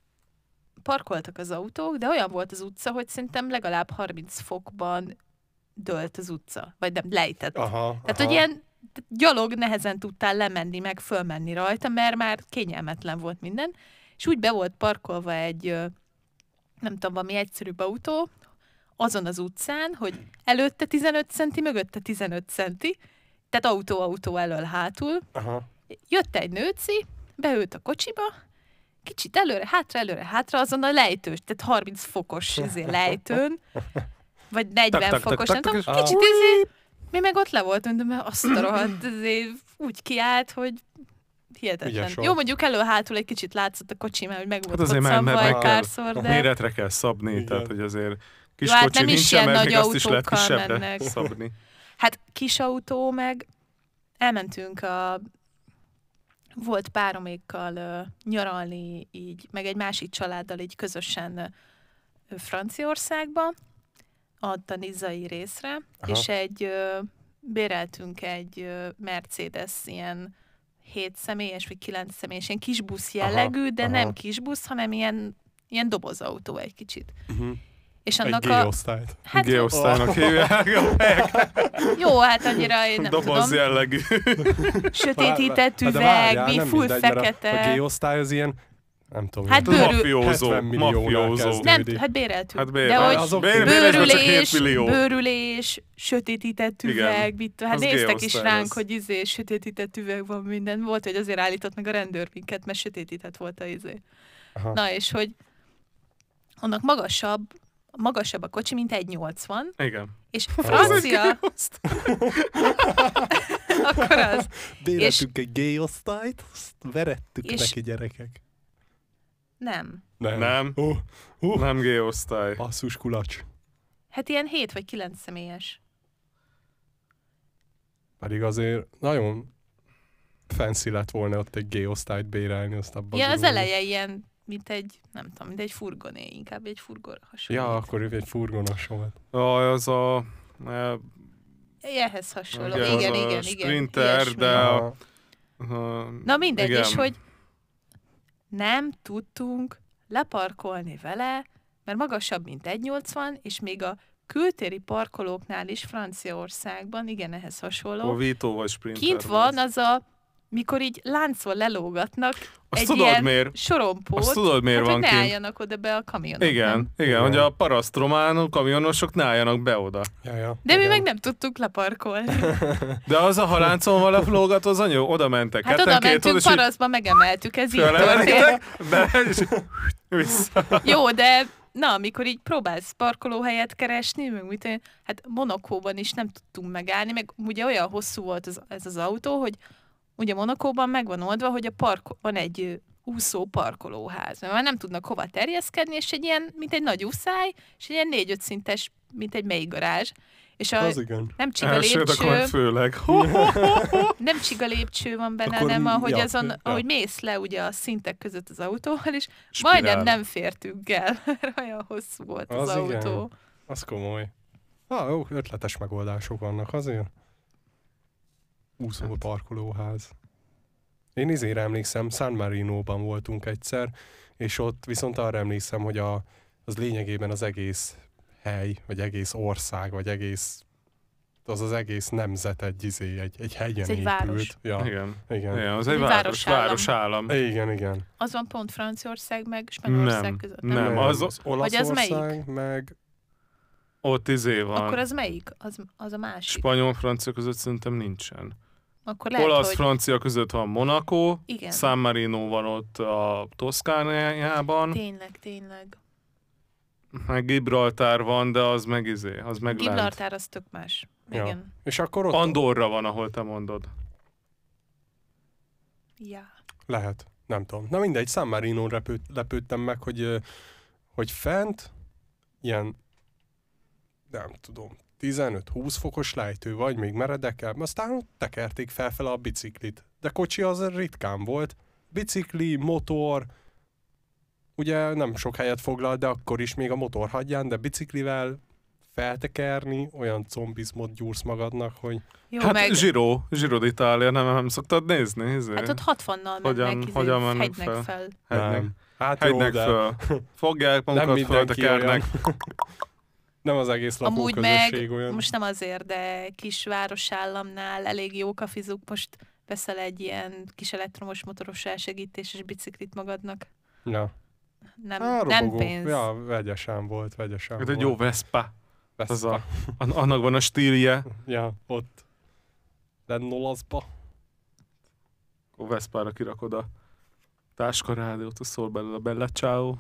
parkoltak az autók, de olyan volt az utca, hogy szerintem legalább harminc fokban dőlt az utca, vagy nem, lejtett. Aha, Tehát, aha. hogy ilyen gyalog nehezen tudtál lemenni, meg fölmenni rajta, mert már kényelmetlen volt minden, és úgy be volt parkolva egy, ö, nem tudom, valami egyszerűbb autó, azon az utcán, hogy előtte tizenöt centi, mögötte tizenöt centi, tehát autó-autó elől-hátul. Aha. Jött egy nőci, beült a kocsiba, kicsit előre, hátra, előre, hátra, azon a lejtős, tehát harminc fokos izé, lejtőn, vagy negyven Tak, tak, tak, fokos, tak, nem tudom, tak, kicsit izé, mi meg ott le voltunk, de mert azt a rohadt, izé, úgy kiállt, hogy hihetetlen. Ügyes volt. Jó, mondjuk elő-hátul egy kicsit látszott a kocsi, mert hogy meg volt Hát azért már- koccanva mert egy meg kell- párszor, A de... méretre kell szabni, Igen. tehát hogy azért kis Jó, hát kocsi nem is nincsen, ilyen mert nagy még azt is lehet autókkal kisebbre mennek. szabni. Hát kis autó, meg elmentünk a... Volt páromékkal ö, nyaralni így, meg egy másik családdal így közösen ö, Franciaországba, ott a nizzai részre, Aha. és egy ö, béreltünk egy ö, Mercedes ilyen hét személyes, vagy kilenc személyes, ilyen kis busz jellegű, de aha. nem kis busz, hanem ilyen, ilyen dobozautó egy kicsit. Uh-huh. És Egy annak a... G-osztályt. Hát G-osztálynak hívják a helyek. jó, hát annyira én nem Doboz tudom. jellegű. Sötétített Hát de üveg, várjál, mi nem full mindegy, mert fekete. A, a G-osztály az ilyen, nem tudom. Hát ilyen bőrű- Mafiózó. hetven milliónál Mafiózó. kezdődik. Nem, hát béreltük. Hát de bér, hogy azok- bér, bérlésben csak hét bőrülés, millió. bőrülés, sötétített Igen. üveg, mit, hát Az néztek is G-osztály ránk, az. hogy izé, sötétített üveg van minden. Volt, hogy azért állított meg a rendőr minket, mert sötétített volt a izé. Aha. Na és hogy annak magasabb, magasabb a kocsi, mint egy nyolcvan, Igen. és francia, akkor az. Béreltünk egy G-osztályt, azt verettük És- neki, gyerekek. Nem. Nem. Nem. Uh, uh, Nem G-osztály. basszus kulacs. Hát ilyen hét vagy kilenc személyes. Pedig azért nagyon fancy lett volna ott egy G-osztályt bérelni, azt abban Ja, az gurulni. eleje ilyen, mint egy, nem tudom, mint egy furgoné, inkább egy furgon hasonlít. Ja, akkor ő egy furgonos volt. Aj, az a... eh, Ehhez hasonló. Igen, Igen, az igen, a igen. sprinter, ilyesmi. de- Aha. a- Na mindegy, igen. és hogy nem tudtunk leparkolni vele, mert magasabb, mint egy nyolcvan, és még a kültéri parkolóknál is Franciaországban, igen, ehhez hasonló, A Vito vagy sprinter. kint volt. van az a, mikor így láncol lelógatnak Azt egy tudod ilyen miért? sorompót, Azt tudod miért hát, van hogy ne kint? álljanak oda be a kamionok. Igen, nem? igen, Igen. hogy a parasztrománok, kamionosok ne álljanak be oda. Ja, ja. De mi Igen. meg nem tudtuk leparkolni. De az a haláncon vala lógató, az anyó, oda mentek. Hát ketten, oda két mentünk, oda, és így parasztba megemeltük, ez így történt. fölemeltek, be, és vissza. Jó, de na, amikor így próbálsz parkolóhelyet keresni, meg mit, én- hát Monakóban is nem tudtunk megállni, meg ugye olyan hosszú volt az, ez az autó, hogy ugye Monakóban meg van oldva, hogy a park, van egy ö, úszó parkolóház, mert már nem tudnak hova terjeszkedni, és egy ilyen, mint egy nagy uszály, és egy ilyen négy-öt szintes, mint egy mély garázs. És a, Az igen. nem csiga Elsőt akkor lépcső, főleg. nem csiga lépcső van benne, Akkor hanem ahogy, ja, azon, ja. ahogy mész le ugye a szintek között az autóval, és Spirál. majdnem nem fértünk el, mert olyan hosszú volt az, Az az igen. autó. Az komoly. Ah, jó, ötletes megoldások vannak azért. Úszó parkolóház. Én izére emlékszem, San Marino-ban voltunk egyszer, és ott viszont arra emlékszem, hogy a, az lényegében az egész hely, vagy egész ország, vagy egész az az egész nemzet egy, izé, egy, egy hegyen Ez egy épült. város. Ja, Igen. igen. Igen, az Ez egy egy város, városállam. városállam. Igen, igen. Az van pont Franciaország meg Spanyolország Nem, között, nem? nem. az- az Vagy az melyik? Olaszország, meg Ott izé van. Akkor az melyik? Az, az a másik. Spanyol-francia között szerintem nincsen. Akkor lehet, hogy... Olasz-francia között van Monaco, Igen. San Marino van ott a Toszkániában, Tényleg, tényleg. meg Gibraltár van, de az meg izé, az meg lent. Gibraltár az tök más. Ja. Igen. és akkor ott Andorra van, ahol te mondod. Ja. lehet, nem tudom. Na mindegy, San Marino-n repült, lepődtem meg, hogy, ö, hogy fent ilyen, nem tudom, tizenöt-húsz fokos lejtő vagy, még meredekebb, aztán ott tekerték felfele a biciklit. De kocsi az ritkán volt. Bicikli, motor, ugye nem sok helyet foglal, de akkor is még a motor hagyján, de biciklivel feltekerni, olyan combizmot gyúrsz magadnak, hogy Jó, Hát meg... Giro, Giro d'Italia, nem, nem szoktad nézni? Izé? Hát ott hatvannal Hogyan- mennek, izé, hogyan mennek hegynek fel? fel. Hegynek, nem. Hát jó, hegynek de föl. Fogják nem magukat, mindenki olyan. föltekernek. Nem az egész Amúgy lakóközösség meg, olyan. most nem azért, de kisvárosállamnál elég jók a fizuk, most veszel egy ilyen kis elektromos motoros elsegítéses biciklit magadnak. Ja. Nem, Á, nem robogó. pénz. Ja, vegyesen volt, vegyesen Ez volt. egy jó Vespa. Vespa. Az a, annak van a stílje. Ja, ott. Lennolaszba. A Vespára kirakod a táskarádiót, szól belőle a Bella Ciao.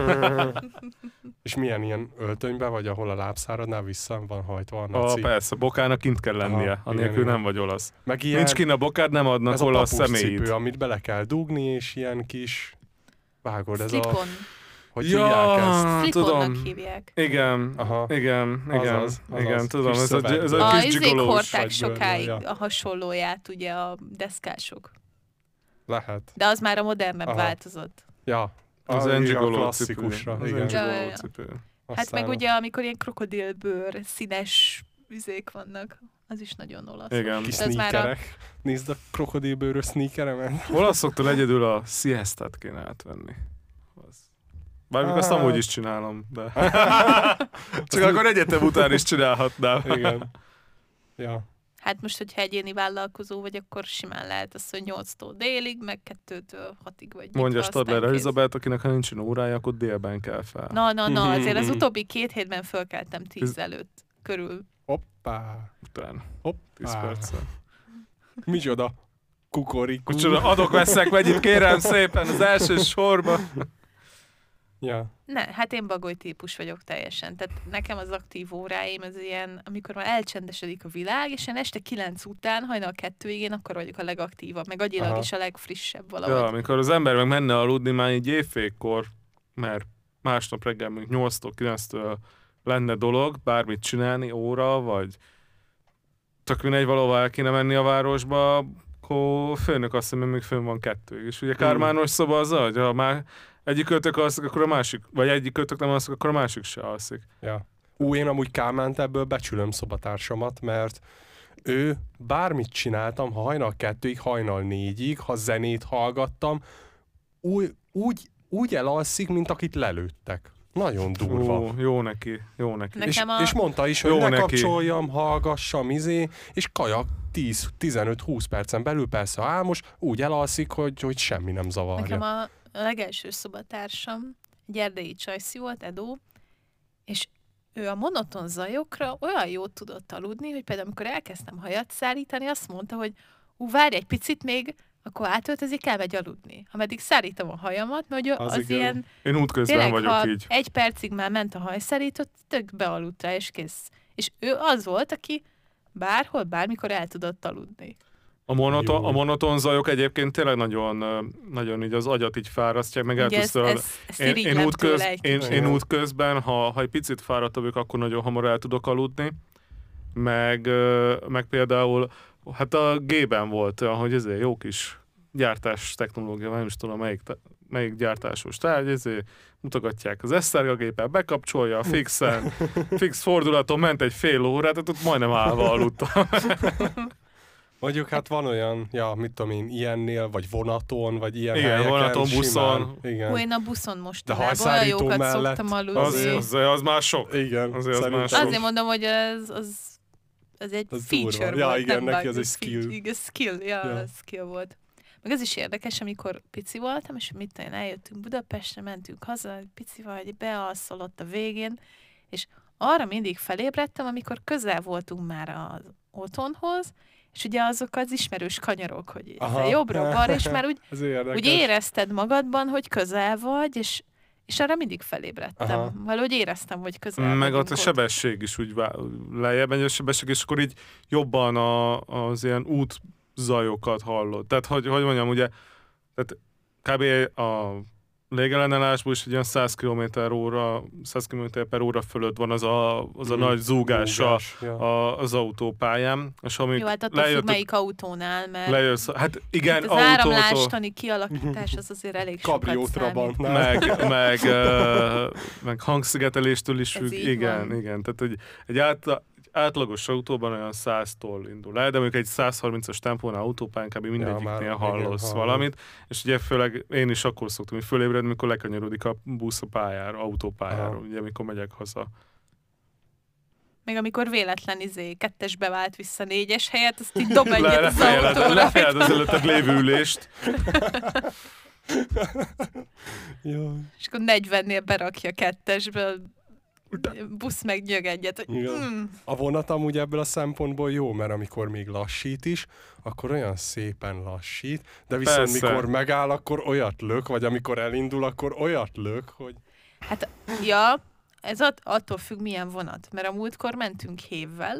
És milyen ilyen öltönyben vagy, ahol a lábszáradnál vissza van hajtva a A, naci? persze, bokának kint kell lennie, Aha, anélkül igen, nem igen. vagy olasz. Meg ilyen, Nincs kint a bokád, nem adnak ez a olasz papucs személyit. cipő, amit bele kell dugni, és ilyen kis... Vágod, ez a... Slipon. Hogy Ja. hívják ezt? Ah, Sliponnak tudom. hívják. Igen, Aha. igen, igen, Azaz, azaz. igen, tudom, Kis ez a, ez a szövegből. A kis izék gigolós. hordták vagy sokáig bőrből, ja. a hasonlóját, ugye a deszkások. Lehet. De az már a modernebb Aha. változat. Ja. Az a- ilyen a gigoló klasszikusra. cipő. Az Igen. ilyen Ja, ja, gigoló ja. cipő. Hát Aztán meg a- ugye, amikor ilyen krokodilbőr, színes vizék vannak, az is nagyon olasz. Igen. Kis De ez már a- sneakerek. Nézd a krokodilbőrös sneakeremet. Olaszoktól egyedül a siestát kéne átvenni. Az. Bármikor azt Hát. amúgy is csinálom, de... Csak akkor egyetem után is csinálhatnám. Igen. Ja. Hát most, hogyha egyéni vállalkozó vagy, akkor simán lehet az, hogy nyolctól délig, meg kettőtől hatig vagy. Mondja nyitva, aztán Stadler kész. Elizabeth, akinek ha nincsen órája, akkor délben kell fel. Na, na, na, azért az utóbbi két hétben fölkeltem tíz Ez- előtt körül. Hoppá. Utána. tíz Hoppá. perccel. Micsoda. Kukorikú. Micsoda, adok, veszek, vegyük, kérem szépen az első sorba. Ja. Ne, hát én bagoly típus vagyok teljesen. Tehát nekem az aktív óráim az ilyen, amikor már elcsendesedik a világ, és én este kilenc után, hajnal kettőig én akkor vagyok a legaktívabb, meg agyilag Aha. is a legfrissebb valahogy. Ja, amikor az ember meg menne aludni már így éjfélkor, mert másnap reggel mondjuk nyolctól kilenctől lenne dolog, bármit csinálni, óra, vagy tök mindegy, valahol el kéne menni a városba, akkor főnök azt mondja, még fönn van kettő. És ugye Kármános szoba az, hogy ha már egyik költök alszik, akkor a másik, vagy egyik költök nem alszik, akkor a másik se alszik. Ja. Ú, én amúgy Kálmánt ebből becsülöm szobatársamat, mert ő bármit csináltam, ha hajnal kettőig, hajnal négyig, ha zenét hallgattam, úgy, úgy, úgy elalszik, mint akit lelőttek. Nagyon durva. Ó, jó neki, jó neki. Nekem És, a- és mondta is, hogy Jó ne neki. kapcsoljam, hallgassam, izé, és kajak tíz-tizenöt-húsz percen belül persze álmos, úgy elalszik, hogy, hogy semmi nem zavarja. Nekem a legelső szobatársam egy erdélyi csajszi volt, Edo, és ő a monoton zajokra olyan jót tudott aludni, hogy például amikor elkezdtem hajat szállítani, azt mondta, hogy ú, várj egy picit még, akkor átöltözik, elmegy aludni. Ameddig szállítom a hajamat, mert hogy Az az, az igen. ilyen, Én útközben tényleg, vagyok ha így. egy percig már ment a hajszállított, tök bealudt rá, és kész. És ő az volt, aki bárhol, bármikor el tudott aludni. A monoton, Jó. a monoton zajok egyébként tényleg nagyon, ö, nagyon így az agyat így fárasztják, meg el Ugye tudsz ezt, tőle- ezt, ezt Én, én, irigylem útköz, tőle egy én, kicsit. én útközben, ha, ha egy picit fáradtabb vagyok, akkor nagyon hamar el tudok aludni. Meg, ö, meg például, hát a G-ben volt, hogy ezért jó kis gyártás technológia, nem is tudom melyik, te- melyik gyártásos tárgy, ezért mutogatják az esztergagépet, bekapcsolja, fixen, fix fordulaton ment egy fél órát, tehát ott majdnem állva aludtam. Mondjuk hát van olyan, ja, mit tudom én, ilyennél, vagy vonaton, vagy ilyen Igen, helyeken, vonaton, buszon. simán, igen. Hú, én a buszon most De olyan hajszárító jókat mellett szoktam aludni. Az, az, az már sok. Igen, Azért az szerintem. más sok. Azért mondom, hogy ez, az, az egy Az feature durva. Ja, volt. igen, nem neki bug, az egy feature. skill. Igen, skill, ja, Ja. ja. skill volt. Meg az is érdekes, amikor pici voltam, és mit tudom, én, eljöttünk Budapestre, mentünk haza, pici vagy, bealszol ott a végén, és arra mindig felébredtem, amikor közel voltunk már az otthonhoz, és ugye azok az ismerős kanyarok, hogy Aha. jobbra-balra, és már úgy, Ez érdekes. úgy érezted magadban, hogy közel vagy, és, és arra mindig felébredtem. Aha. Valahogy éreztem, hogy közel Meg vagyunk ott a sebesség is úgy vá- lejjebb megy a sebesség, és akkor így jobban a, az ilyen útzajokat hallod. Tehát, hogy, hogy mondjam, ugye, tehát kb. A légellenállásból is egy olyan száz kilométer óra, száz kilométer per óra fölött van az a, az a Mm, nagy zúgása zúgás, ja. a, az autópályán. És amíg Jó, hát attól függ, lejöttök- melyik autónál, mert lejössz, hát igen, itt az autótól, áramlástani kialakítás az azért elég sokat Kabrió számít. Trabantnál. meg, meg, ö, meg hangszigeteléstől is Ez függ. így Igen, van. igen. Tehát egy, egy, át, egy átlagos autóban olyan száztól indul el, de mondjuk egy százharmincas tempónál autópályán kb. Mindegyiknél már, igen, hallasz hallom. valamit, és ugye főleg én is akkor szoktam, hogy fölébredni, mikor lekanyarodik a busz a pályára, autópályára, Aha. ugye amikor megyek haza. Még amikor véletlen izé kettesbe vált vissza négyes helyet, azt így dob egyet Le, az autóra. lefejeld az előtted lévő ülést. Jó. És akkor negyvennél berakja kettesből, busz meg nyög egyet, hogy mm. A vonat amúgy ebből a szempontból jó, mert amikor még lassít is, akkor olyan szépen lassít, de viszont Persze. mikor megáll, akkor olyat lök, vagy amikor elindul, akkor olyat lök, hogy... Hát, ja, ez att- attól függ, milyen vonat. Mert a múltkor mentünk hévvel,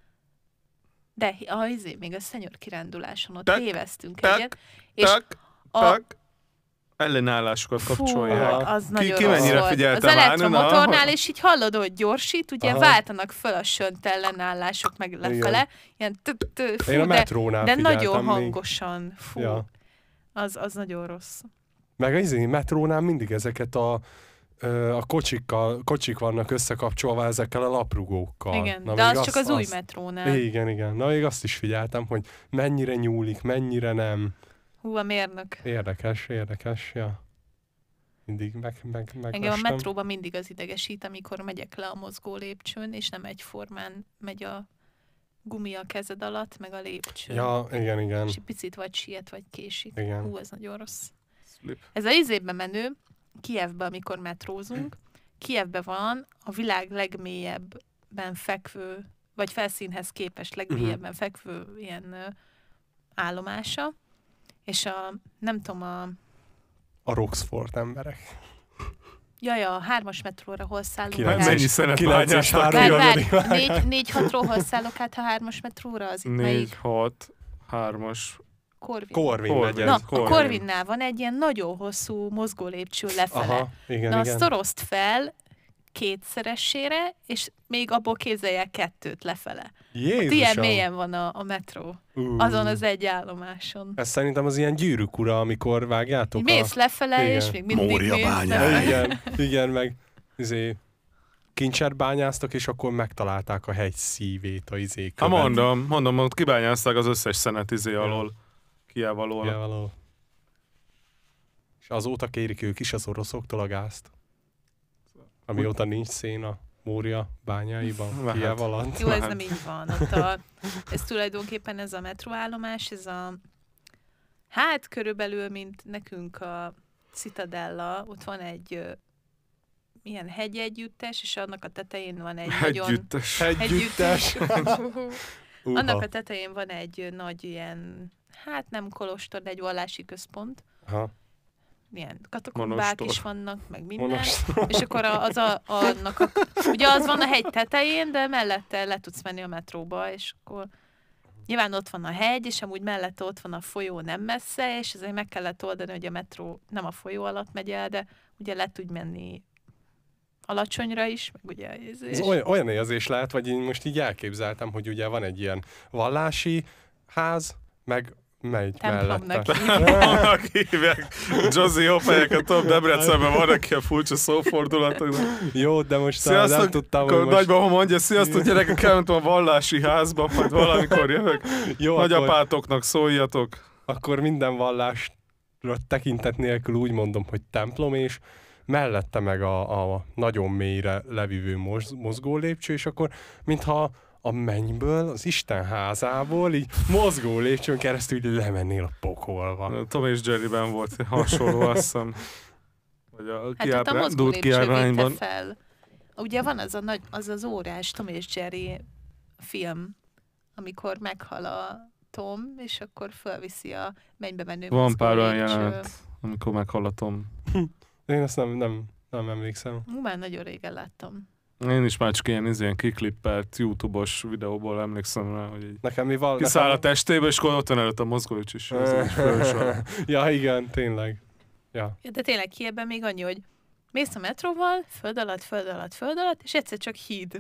de ah, izé, még a szenyor kiránduláson ott Tak, héveztünk tak, egyet, és Tak, a, tak. Ellenállásokat fú, kapcsolják. az ki, nagyon ki rossz mennyire volt. figyelte Az már? elektromotornál, és így hallod, hogy gyorsít, ugye Aha. váltanak föl a sönt ellenállások meg lefele, ilyen tü-tü, fú, Én a de, metrónál de figyeltem nagyon még. hangosan, fú, Ja. az, az nagyon rossz. Meg az izé, metrónál mindig ezeket a, ö, a kocsikkal, kocsik vannak összekapcsolva ezekkel a laprugókkal. Igen, Na, de még az csak az új azt- metrónál. Igen, igen. Na, még azt is figyeltem, hogy mennyire nyúlik, mennyire nem. Hú, a mérnök. Érdekes, érdekes, ja. Mindig meg, meg, meg Engem a metróban mindig az idegesít, amikor megyek le a mozgó lépcsőn, és nem egyformán megy a gumi a kezed alatt, meg a lépcsőn. Ja, igen, igen. És egy picit vagy siet, vagy késik. Igen. Hú, ez nagyon rossz. Slip. Ez a izébe menő, Kijevbe, amikor metrózunk, Kijevbe van a világ legmélyebben fekvő, vagy felszínhez képest legmélyebben fekvő ilyen ö, állomása, és a, nem tudom, a A Roxford emberek. jaj, a hármas metróra hol szállunk Kilenc- át? Mennyi szenet kilenc és bányásztak? három. Várj, Igazodik várj, meg. négy, négy hatról hol szállok át a hármas metróra? Az itt négy, melyik? hat, hármas. Korvin. Corvin Corvin. legyen. Na, Corvin. a Corvinnál van egy ilyen nagyon hosszú mozgó lépcső lefele. Aha, igen, Na, igen. azt szorozd fel kétszeresére, és még abból képzelják kettőt lefele. Jézusom. Ott ilyen mélyen van a, a metró. Ú. Azon az egy állomáson. Ez szerintem az ilyen gyűrűk ura, amikor vágjátok Így mész lefele, igen. és még mindig Mória mész bányája. a... lefele. Igen, igen, meg izé, kincset bányáztok, és akkor megtalálták a hegy szívét, a izé Ha követ. mondom, mondom, ott kibányázták az összes szenet izé alól. Kiáv alól. Ja, való. És azóta kérik ők is az oroszoktól a gázt. Amióta nincs szén a Mória bányáiban, Lehet. Kijev alatt. Jó, ez nem így van. Ott a, ez tulajdonképpen ez a metróállomás, ez a hát körülbelül, mint nekünk a Citadella, ott van egy ö, ilyen hegyegyüttes, és annak a tetején van egy nagyon... Együttes. Hegyüttes. Uha. Annak a tetején van egy ö, nagy ilyen, hát nem kolostor, de egy vallási központ. Aha. Ilyen katakombák Monostor. is vannak, meg minden. Monostor. És akkor a, az a, annak a, ugye az van a hegy tetején, de mellette le tudsz menni a metróba, és akkor nyilván ott van a hegy, és amúgy mellette ott van a folyó nem messze, és ezért meg kellett oldani, hogy a metró nem a folyó alatt megy el, de ugye le tud menni alacsonyra is, meg ugye ez, Ez és olyan, olyan érzés lehet, vagy én most így elképzeltem, hogy ugye van egy ilyen vallási ház, meg megy templomnak mellette. Annak hívják. Josie Hoffelyeket tudom, Debrecenben van neki a furcsa szófordulatok. Jó, de most nem Sziasztok, tudtam, hogy akkor most... nagybaba mondja, sziasztok gyerekek, elmentem a vallási házba, majd valamikor jövök. Jó, akkor, Nagyapátoknak szóljatok. akkor minden vallásra tekintet nélkül úgy mondom, hogy templom, és mellette meg a, a nagyon mélyre levívő moz, mozgó lépcső, és akkor mintha a mennyből, az Isten házából, így mozgó lépcsőn keresztül így lemennél a pokolba. Tom és Jerryben volt hasonló, azt hiszem. Vagy a hát ott a kiábrá... mozgó dúlt lépcső vitte kiábrányban. fel. Ugye van az, a nagy, az az órás Tom és Jerry film, amikor meghal a Tom, és akkor fölviszi a mennybe menő Van mozgó pár olyan lépcső. jelenet, amikor meghallatom. Én ezt nem, nem, nem emlékszem. Hú, már nagyon régen láttam. Én is már csak ilyen, ilyen kiklippelt YouTube-os videóból emlékszem rá, hogy így Nekem mi val... kiszáll a nekem... testébe, és akkor ott van előtt a mozgólics is. Ez is fölsor. Ja, igen, tényleg. Ja. De tényleg Kijevben még annyi, hogy mész a metróval, föld alatt, föld alatt, föld alatt, és egyszer csak híd.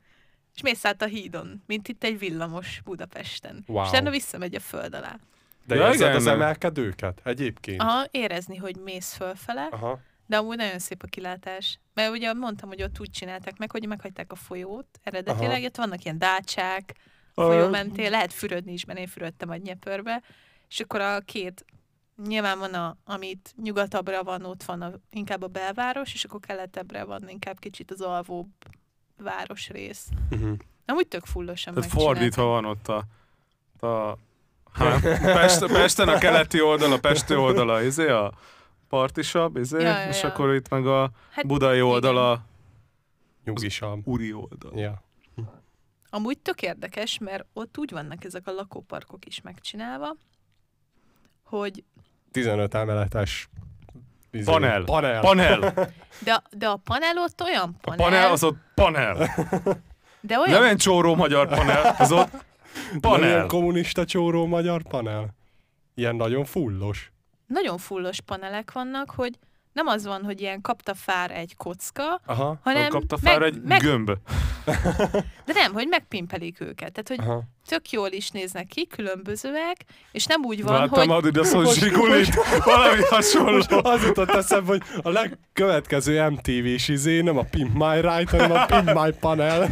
És mész át a hídon, mint itt egy villamos Budapesten. Wow. És utána visszamegy a föld alá. De Ja, érzed igen, az mert- emelkedőket egyébként? Aha, érezni, hogy mész fölfele, Aha. de amúgy nagyon szép a kilátás. Mert ugye mondtam, hogy ott úgy csinálták meg, hogy meghagyták a folyót eredetileg, ott vannak ilyen dácsák, a folyó mentén, lehet fürödni is, mert én fürödtem a Dnyepörbe, és akkor a két, nyilván van, a, amit nyugatabbra van, ott van a, inkább a belváros, és akkor keletebbre van inkább kicsit az alvóbb városrész. Uh-huh. Nem úgy tök fullosan Tehát megcsinálták. fordítva van ott a, a hát, Pest, Pesten a keleti oldal, a pesti oldala, izé, a partisabb, izé, Ja, ja, és ja. akkor itt meg a Hát budai oldala, Nyugisabb. uri oldal. Ja. Amúgy tök érdekes, mert ott úgy vannak ezek a lakóparkok is megcsinálva, hogy tizenöt emeletes izé, Panel. panel. Panel! de, de a panel ott olyan A panel, panel az ott panel. de olyan, Nem egy csóró magyar panel, az ott Panel. panel. Ilyen kommunista csóró magyar panel. Ilyen nagyon fullos. nagyon fullos panelek vannak, hogy nem az van, hogy ilyen kaptafár egy kocka, Aha. hanem Kapta fel meg, egy meg, gömb. de nem, hogy megpimpelik őket. Tehát, hogy Aha. tök jól is néznek ki, különbözőek, és nem úgy van, Láttam hogy... Adidasson Most- zsigulit, valami hasonló. Most az jutott eszembe, hogy a legkövetkező em té vé-s izé nem a Pimp My Ride, hanem a Pimp My Panel.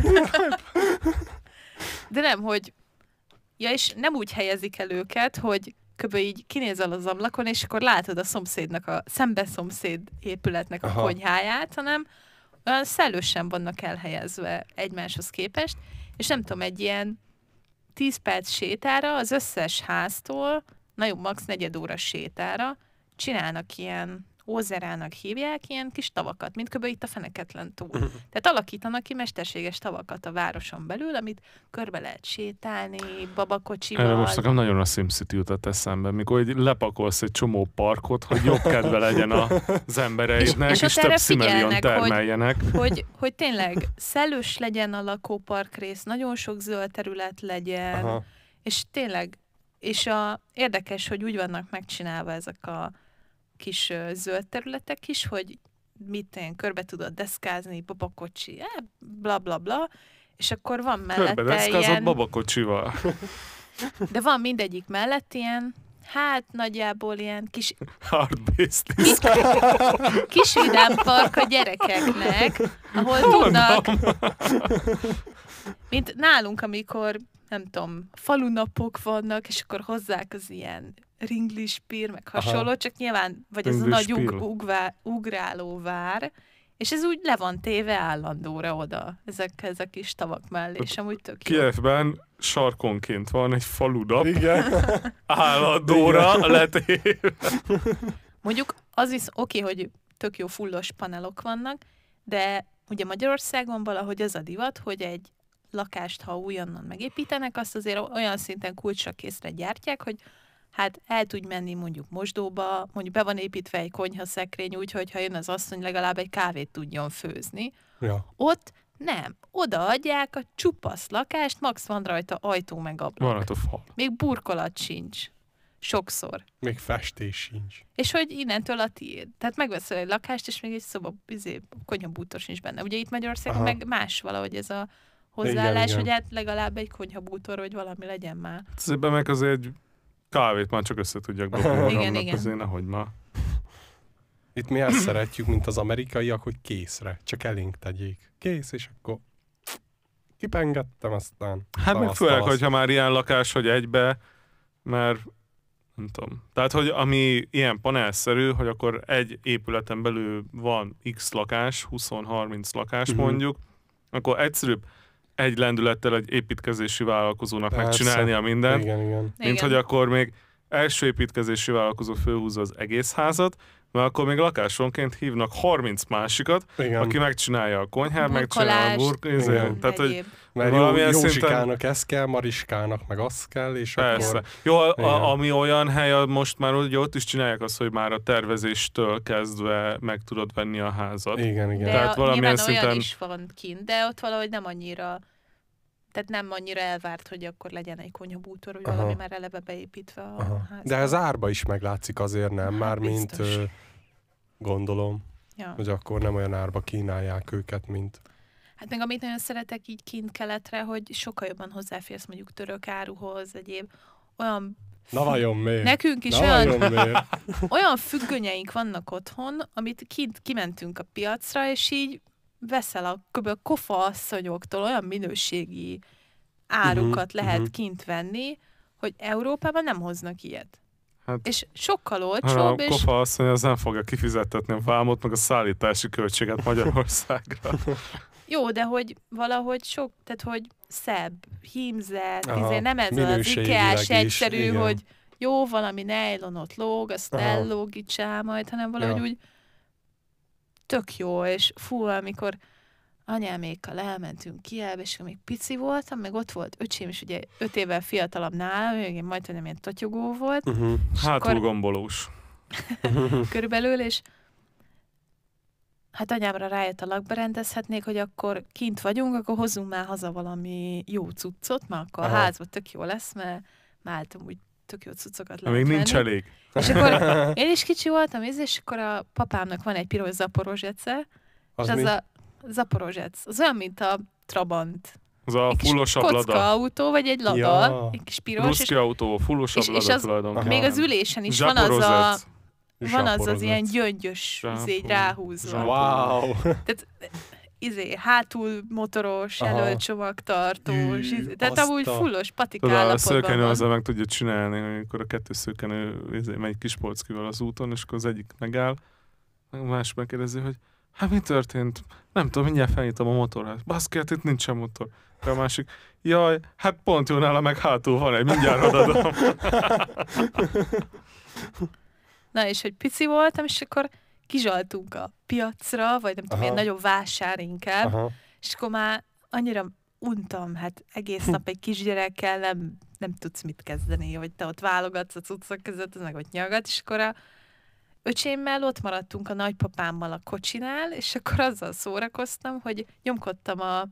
De nem, hogy... Ja, és nem úgy helyezik el őket, hogy kb. Így kinézel az ablakon, és akkor látod a szomszédnak, a szembeszomszéd épületnek a Aha. konyháját, hanem olyan szellősen vannak elhelyezve egymáshoz képest, és nem tudom, egy ilyen tíz perc sétára az összes háztól, nagyon max. Negyed óra sétára csinálnak ilyen ózerának hívják, ilyen kis tavakat, mint kb. Itt a Feneketlen tó. Tehát alakítanak ki mesterséges tavakat a városon belül, amit körbe lehet sétálni, babakocsival. Erre most nekem nagyon a SimCity jutott eszembe, mikor így lepakolsz egy csomó parkot, hogy jobb kedve legyen az embereidnek, És- és, és és ott több erre szimillion figyelnek, hogy- termeljenek. hogy, hogy tényleg szellős legyen a lakóparkrész, nagyon sok zöld terület legyen, Aha. és tényleg, és a, érdekes, hogy úgy vannak megcsinálva ezek a kis ö, zöld területek is, hogy mit én körbe tudod deszkázni, babakocsi, eh, bla bla bla, és akkor van mellette Körbedeszkázott ilyen, babakocsival. de van mindegyik mellett ilyen, hát nagyjából ilyen kis, Hard business. kis vidám park a gyerekeknek, ahol tudnak, mint nálunk, amikor, nem tudom, falunapok vannak, és akkor hozzák az ilyen ringlispír, meg hasonló, Aha. csak nyilván, vagy ez a nagy ug, Ringlispír. ugvá, ugráló vár, és ez úgy le van téve állandóra oda, ezek, ezek kis tavak mellé, és amúgy tök jó. Kijevben sarkonként van egy faludap, Igen. állandóra letéve. Mondjuk az is oké, hogy tök jó fullos panelok vannak, de ugye Magyarországon valahogy az a divat, hogy egy lakást, ha újonnan megépítenek, azt azért olyan szinten kulcsra készre gyártják, hogy hát el tudj menni mondjuk mosdóba, mondjuk be van építve egy konyhaszekrény úgy, hogy ha jön az asszony, legalább egy kávét tudjon főzni. Ja. Ott nem. Odaadják a csupasz lakást, max van rajta ajtó meg ablak. Van ott a fal. Még burkolat sincs. Sokszor. Még festés sincs. És hogy innentől a tiéd. Tehát megveszel egy lakást, és még egy szoba, izé, konyhabútor sincs benne. Ugye itt Magyarországon Aha. meg más valahogy ez a hozzáállás, Igen, hogy igen. hát legalább egy konyhabútor, vagy valami legyen már. Ezért meg azért egy kávét már csak össze tudjak dobni Igen, magamnak, igen. azért nehogy már. Itt mi ezt szeretjük, mint az amerikaiak, hogy készre. Csak elénk tegyék. Kész, és akkor kipengettem, aztán Hát meg tavasz, főleg, tavasz. hogyha már ilyen lakás, hogy egybe, mert nem tudom. Tehát, hogy ami ilyen panelszerű, hogy akkor egy épületen belül van X lakás, húsz-harminc lakás Mhm. mondjuk, akkor egyszerűbb egy lendülettel egy építkezési vállalkozónak Persze. megcsinálnia mindent, Igen, igen. mint Igen. hogy akkor még első építkezési vállalkozó fölhúzza az egész házat, mert akkor még lakásonként hívnak harminc másikat, Igen. aki megcsinálja a konyhát, megcsinálja a Burkolást, burk, izé, Igen. tehát, hogy Egyéb. Mert jó, valamilyen Józsikának ez kell, Mariskának meg az kell, és persze. akkor... Jó, a, Igen. a, ami olyan hely, a- most már ugye ott is csinálják azt, hogy már a tervezéstől kezdve meg tudod venni a házat. Igen, igen. De Tehát a, valamilyen nyilván olyan szinten- is van kint, de ott valahogy nem annyira, tehát nem annyira elvárt, hogy akkor legyen egy konyhabútor, vagy Aha. valami már eleve beépítve a Aha. házba. De az árba is meglátszik azért, nem? Hát Már mint biztos. ö, gondolom, Ja. hogy akkor nem olyan árba kínálják őket, mint... Hát meg amit nagyon szeretek így kint keletre, hogy sokkal jobban hozzáférsz mondjuk török áruhoz, egyéb olyan... Na vajon miért? Nekünk is Na olyan, vajon miért? olyan függönyeink vannak otthon, amit kint kimentünk a piacra, és így veszel a kb. A kofa asszonyoktól olyan minőségi árukat Mhm, lehet mhm. kint venni, hogy Európában nem hoznak ilyet. Hát- És sokkal A olcsóbb, és kofa azt mondja, az nem fogja kifizettetni a vámot, meg a szállítási költséget Magyarországra. jó, de hogy valahogy sok, tehát hogy szebb, hímzett, Aha, izé, nem ez az minőségileg ikás is, egyszerű, igen. hogy jó, valami nejlonot lóg, azt Aha. ellógítsál majd, hanem valahogy Ja. úgy tök jó, és fú, amikor anyámékkal elmentünk Kielbe, és még pici voltam, meg ott volt öcsém is, ugye öt évvel fiatalabb nálam, még én majdnem ilyen totyogó volt, Uh-huh. Hátul akkor- gombolós. körülbelül, és hát anyámra rájött a lakberendezhetnék, hogy akkor kint vagyunk, akkor hozzunk már haza valami jó cuccot, mert akkor Aha. a házban tök jó lesz, mert már álltam úgy tök jó cuccokat De lehet még nincs venni. elég. És akkor én is kicsi voltam, és akkor a papámnak van egy piros zaporozsece, Az és az mi? a zaporozsec, az olyan, mint a Trabant. Az a Egy kis fullosabb kocka lada. autó, vagy egy lada, Ja. egy kis piros, és Ruszki autó, fullosabb és- és lada az- tulajdonképpen. még az ülésen is van az a, Zsaporozec. van az az Zsaporozec. ilyen gyöngyös, Zsápor- izé, így ráhúzva. zsáp- Wow! Tehát izé, hátul motoros, Aha. elől csomagtartós, Ű, izé, tehát azt amúgy a- fullos patik Tudod, a állapotban szőkenő van. azzal meg tudja csinálni, amikor a kettő szőkenő izé, megy Kispolckival az úton, és akkor az egyik megáll, a másik megkérdezi, hogy hát mi történt? Nem tudom, mindjárt felnyitom a motorát. Baszki, hát itt nincsen motor. A másik, jaj, hát pont jó, nála meg hátul van egy, mindjárt odadom. Na és hogy pici voltam, és akkor kizsaltunk a piacra, vagy nem tudom, Aha. ilyen nagyobb vásár inkább, Aha. és akkor már annyira untam, hát egész nap egy kisgyerekkel nem, nem tudsz mit kezdeni, hogy te ott válogatsz a cuccok között, az meg ott nyalgat, és akkor a öcsémmel ott maradtunk a nagypapámmal a kocsinál, és akkor azzal szórakoztam, hogy nyomkodtam a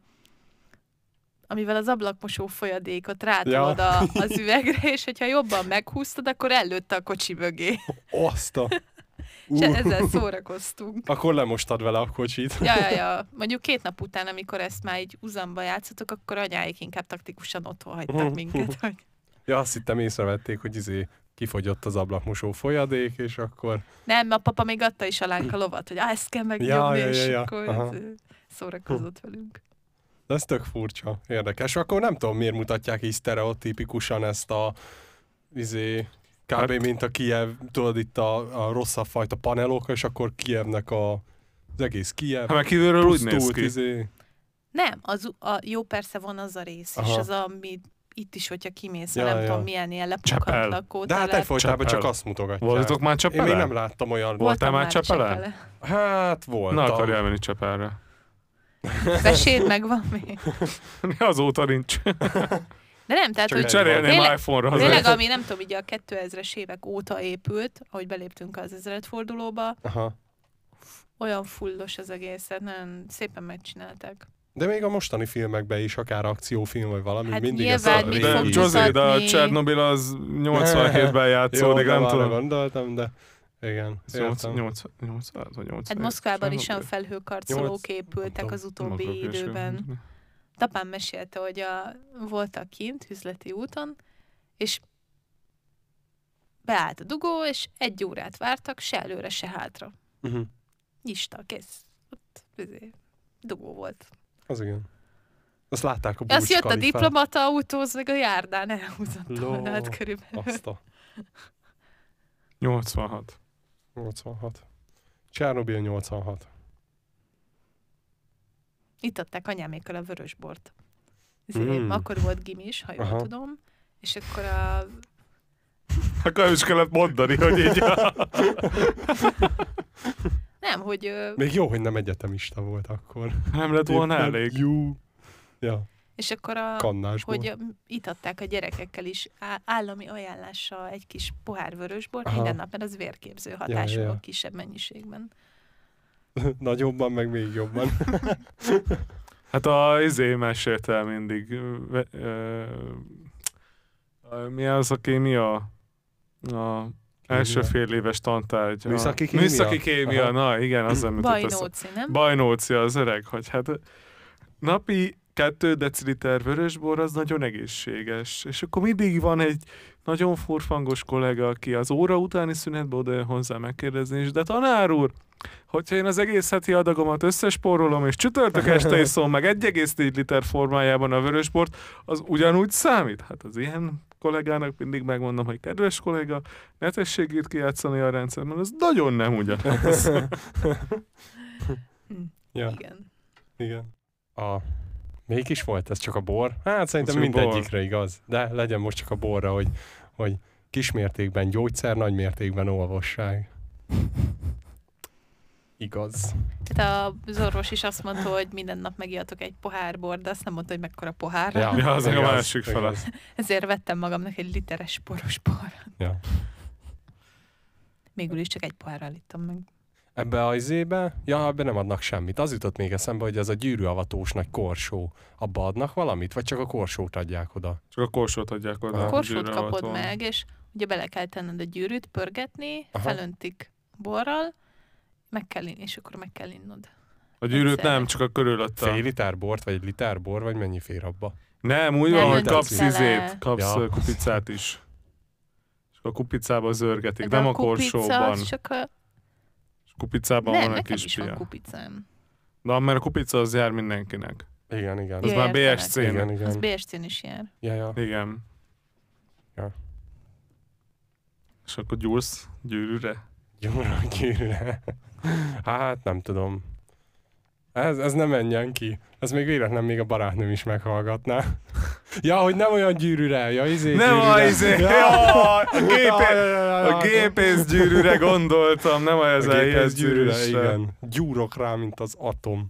amivel az ablakmosó folyadékot rátolod Ja. a, az üvegre, és hogyha jobban meghúztad, akkor ellőtte a kocsi mögé. Azt a... És Uh. ezzel szórakoztunk. Akkor lemostad vele a kocsit. Ja, ja, ja. Mondjuk két nap után, amikor ezt már így uzamba játszottuk, akkor anyáik inkább taktikusan otthon hagytak minket. Hogy... Ja, azt hittem észrevették, hogy izé kifogyott az ablakmosó folyadék, és akkor... Nem, a papa még adta is alánk a lovat, hogy ah, ezt kell megnyomni, Ja, ja, ja, és ja. akkor Aha. ez, szórakozott velünk. De ez tök furcsa, érdekes. Akkor nem tudom, miért mutatják így sztereotipikusan ezt a izé, kb. Hát- Mint a Kiev, tudod itt a, a rosszabb fajta panelok, és akkor Kievnek a, az egész Kiev Hát meg kívülről úgy néz pusztult, ki. izé. Nem, az, a, jó persze van az a rész, és Aha. az, ami itt is, hogyha kimész, Ja, ja, nem ja. tudom milyen ilyen Csepel. lepukkant De lakótelep. hát egyfolytában csak Csepel. azt mutogatják. Voltatok már Én Csepelen? még nem láttam olyan... Voltál már Csepelen? Hát voltam. Na, akarjál menni Csepelre. Veséd meg van még. Azóta nincs. De nem, tehát, Csak hogy egy Cserélném tényleg- iPhone-ra. az tényleg, egy- ami nem tudom, így a kétezres évek óta épült, ahogy beléptünk az ezredfordulóba, Aha. olyan fullos az egészet, nagyon szépen megcsinálták. De még a mostani filmekben is, akár akciófilm vagy valami, Hát mindig nyilván ez a mit De fog José, de a mutatni? Csernobil az nyolcvanhétben játszódik, Jó, nem nem tudom. gondoltam, de igen, nyolc, értem. nyolc, nyolc, vagy nyolc. Hát Moszkvában is olyan Csernobil. felhőkarcolók Nyolc- épültek nem az tudom, utóbbi Nem akarok időben. hülyeséget Tapán mesélte, hogy a, voltak kint üzleti úton, és beállt a dugó, és egy órát vártak, se előre, se hátra. Uh-huh. Nyista, kész. Ott izé, dugó volt. Az igen. Azt látták a Azt Burj jött a Khalifát. diplomata autóz, meg a járdán elhúzott Ló, volna, hát körülbelül. Azt a nyolcvanhat. nyolcvanhat. Csernobil nyolcvanhat. Itt adták anyámékkal a vörösbort. Izé, Mm. Akkor volt gimis, ha jól Aha. tudom. És akkor a... Akkor nem is kellett mondani, hogy így. Nem, hogy... ö, Még jó, hogy nem egyetemista volt akkor. Nem lett volna Éppen elég. Jó. Ja, És akkor a... kannásból. hogy ö, itatták a gyerekekkel is á- állami ajánlással egy kis pohár vörösbort Aha. minden nap, mert az vérképző hatású ja. a kisebb mennyiségben. Nagyobban, meg még jobban. Hát a izé mesélt el mindig. Ö, ö, ö, mi az a kémia? A első Kémia. fél éves tantárgy. A Műszaki kémia? Műszaki kémia, Aha. na igen, az nem jutott eszembe. Bajnóci, nem? Bajnóci az öreg, hogy hát napi kettő deciliter vörösbor az nagyon egészséges. És akkor mindig van egy nagyon forfangos kollega, aki az óra utáni szünetben oda jön hozzá megkérdezni, és de tanár úr, hogyha én az egész heti adagomat összespórolom, és csütörtök este iszom meg egy egész négy liter formájában a vörösbort, az ugyanúgy számít? Hát az ilyen kollégának mindig megmondom, hogy kedves kolléga, ne tessék itt kijátszani a rendszerben, ez nagyon nem ugyanaz. Hm. Ja, Igen. igen. A, Melyik is volt ez? Csak a bor? Hát szerintem Csak mindegyikre igaz. De legyen most csak a borra, hogy, hogy kismértékben gyógyszer, nagymértékben olvosság. Igaz. Tehát az orvos is azt mondta, hogy minden nap megijatok egy pohár bor, de azt nem mondta, hogy mekkora pohárra. Ja, Ja, az a igaz, másik fele. igaz. Ezért vettem magamnak egy literes poros bor. Ja. Végül is csak egy pohárral ittam meg. Ebbe a izébe, ja, ebbe nem adnak semmit. Az jutott még eszembe, hogy ez a gyűrűavatós nagy korsó. Abba adnak valamit, vagy csak a korsót adják oda? Csak a korsót adják oda. A A korsót gyűrűavatón. kapod meg, és ugye bele kell tenned a gyűrűt, pörgetni, Aha. felöntik borral, meg kell inni, és akkor meg kell innod. A gyűrűt Egyszerre. nem, csak a körülötte. Fél liter bort, vagy egy liter bor, vagy mennyi fér abba? Nem, úgy Nem van, hogy öntik kapsz bele. izét, kapsz Ja. ja. kupicát is. És a kupicába zörgetik, De nem a kupica korsóban. az csak a... Kupicában Nem, van egy nekem kis is van pia. kupicám. Na, mert a kupica az jár mindenkinek. Igen, igen. Az Ja, már értelek. bé es cén. Igen, Az igen. bé es cén is jár. Ja, ja. Igen. Ja. És akkor gyúrsz gyűrűre? Gyúra, gyűrűre. Hát nem tudom. Ez, ez nem menjen ki. Ez még véletlen még a barátnőm is meghallgatná. Ja, hogy nem olyan gyűrűre. Ja, izé Nem gyűrűre. a izé, Ja. jaj, a Ja, gépé- ja, ja, ja, A gépész gyűrűre gondoltam, nem a ez A gépész gyűrűre, gyűrűre. igen. Gyúrok rá, mint az atom.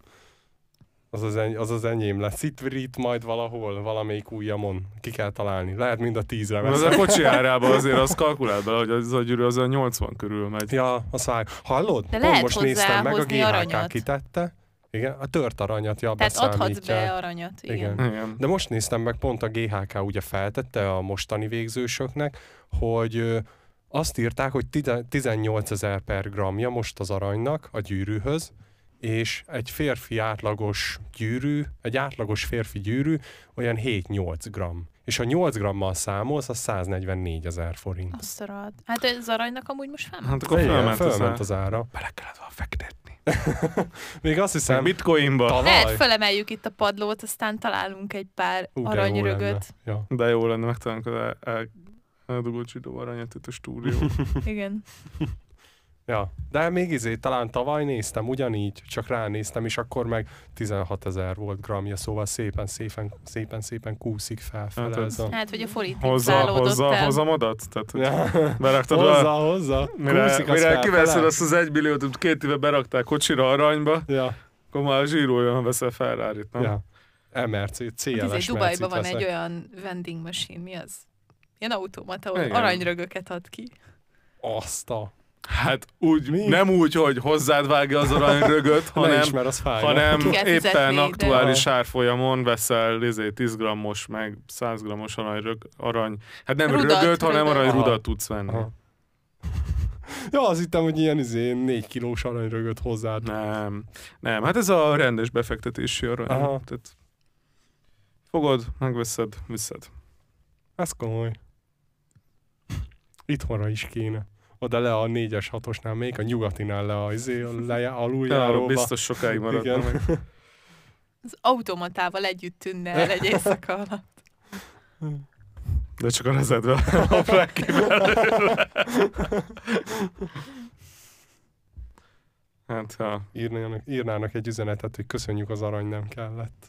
Az az, eny- az, az enyém lesz. Itt, itt majd valahol, valamelyik ujjamon. Ki kell találni. Lehet mind a tízre Az veszem. a kocsi árában azért azt kalkuláld bele, hogy az a gyűrű az a nyolcvan körül megy. Ja, a száj. Hallod? De Pont lehet most hozzá néztem meg, a hozni gé há ká aranyat. kitette. Igen, a tört aranyat, ja, Tehát adhatsz beszámítja. be aranyat, igen. Igen. Igen. De most néztem meg, pont a gé há ká ugye feltette a mostani végzősöknek, hogy ö, azt írták, hogy tizennyolcezer per gramja most az aranynak a gyűrűhöz, és egy férfi átlagos gyűrű, egy átlagos férfi gyűrű olyan hét-nyolc gramm. És ha nyolc grammal számolsz, az száznegyvennégy ezer forint. Azt a rohadt. Hát az aranynak amúgy most felment. Hát akkor Igen, felment, fölment az az ára. Bele kellett volna fektetni. Még azt hiszem, Bitcoinba. tavaly. Lehet, fölemeljük itt a padlót, aztán találunk egy pár Ú, de jó aranyrögöt. lenne. Ja. De jó lenne, megtalálunk az el, el, eldugott zsidó aranyat itt a stúdió. Igen. Ja, de még izé, talán tavaly néztem ugyanígy, csak ránéztem, és akkor meg tizenhatezer volt gramja, szóval szépen, szépen, szépen, szépen kúszik felfele Hát ez a... Hát, hogy a forint így Hozza, szállódott hozza, el. hozamodat? Tehát, hogy Ja. beraktad Hozzá, a... hozzá, Mire, kúszik az mire felfele. kiveszed azt az egy milliót, amit két éve berakták kocsira aranyba, Ja, akkor már a zsírója veszel Ferrarit, nem? ja. em er cé, cé el Hát es izé, Dubajban van mercit egy veszek. olyan vending machine, mi az? Ilyen automata, ahol Igen. aranyrögöket ad ki. Azt a... Hát úgy, Mi? nem úgy, hogy hozzád vágja az aranyrögöt, Ne hanem, is, mert az fáj. hanem Ki kell fizetni, éppen de- aktuális árfolyamon veszel izé, tíz grammos, meg száz grammos aranyrög, arany. Hát nem Rudat, rögöt, hanem rögöt. aranyrudat Aha. tudsz venni. Aha. Ja, azt hittem, hogy ilyen izé, négy kilós aranyrögöt hozzád. Nem, nem, hát ez a rendes befektetési arany. Aha. Tehát fogod, megveszed, viszed. Ez komoly. Itthonra is kéne. Oda le a négyes hatosnál, még a nyugatinál le a izé, le, Ja, aluljáróba. biztos sokáig maradna Igen. meg. Az automatával együtt tűnne el egy éjszaka alatt. De csak a rezedve aprák ki belőle. Hát, ha. Írnának, írnának egy üzenetet, hogy köszönjük, az arany nem kellett.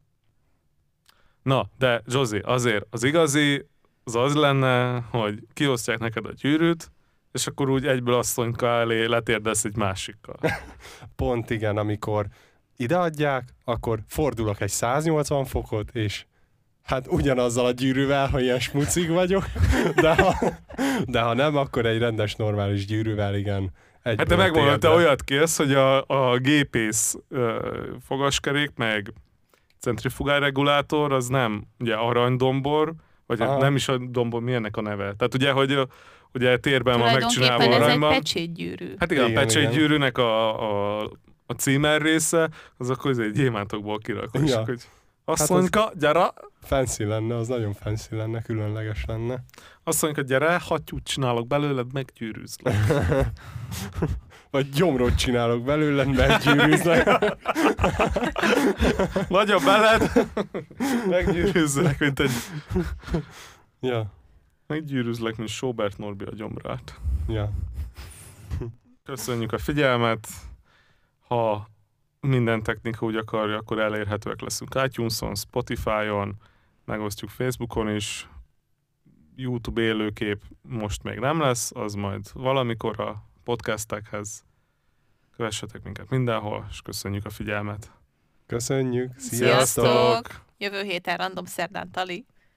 Na, de Zsozi, azért az igazi az az lenne, hogy kiosztják neked a gyűrűt, és akkor úgy egyből asszonyka elé letérdesz egy másikkal. Pont igen, amikor ideadják, akkor fordulok egy száznyolcvan fokot, és hát ugyanazzal a gyűrűvel, ha ilyen smucig vagyok, de ha, de ha nem, akkor egy rendes, normális gyűrűvel, igen. Hát te megmondod, te olyat kérsz, hogy a, a gépész ö, fogaskerék, meg centrifugálregulátor, az nem ugye aranydombor, vagy Aha. nem is a dombor, mi ennek a neve? Tehát ugye, hogy ö, ugye térben van megcsinálva Tulajdonképpen ez egy aranyban. pecsétgyűrű. Hát igen, Igen, a pecsétgyűrűnek a, a, a címer része, az akkor egy gyémántokból kirakva. És Ja. akkor, hogy asszonyka, gyere, Fancy lenne, az nagyon fancy lenne, különleges lenne. asszonyka, gyere, hattyút csinálok belőled, meggyűrűzlek. Vagy gyomrot csinálok belőle, meggyűrűzlek. Vagy a beled, meggyűrűzlek, mint egy... Ja, Meggyűrűzlek, mint Sobert Norbi a gyomrát. ja. Köszönjük a figyelmet. Ha minden technika úgy akarja, akkor elérhetőek leszünk iTunes-on, Spotify-on, megosztjuk Facebookon is, YouTube élőkép most még nem lesz, az majd valamikor a podcastekhez. Kövessetek minket mindenhol, és köszönjük a figyelmet. Köszönjük! Sziasztok! Jövő héten random szerdán Tali.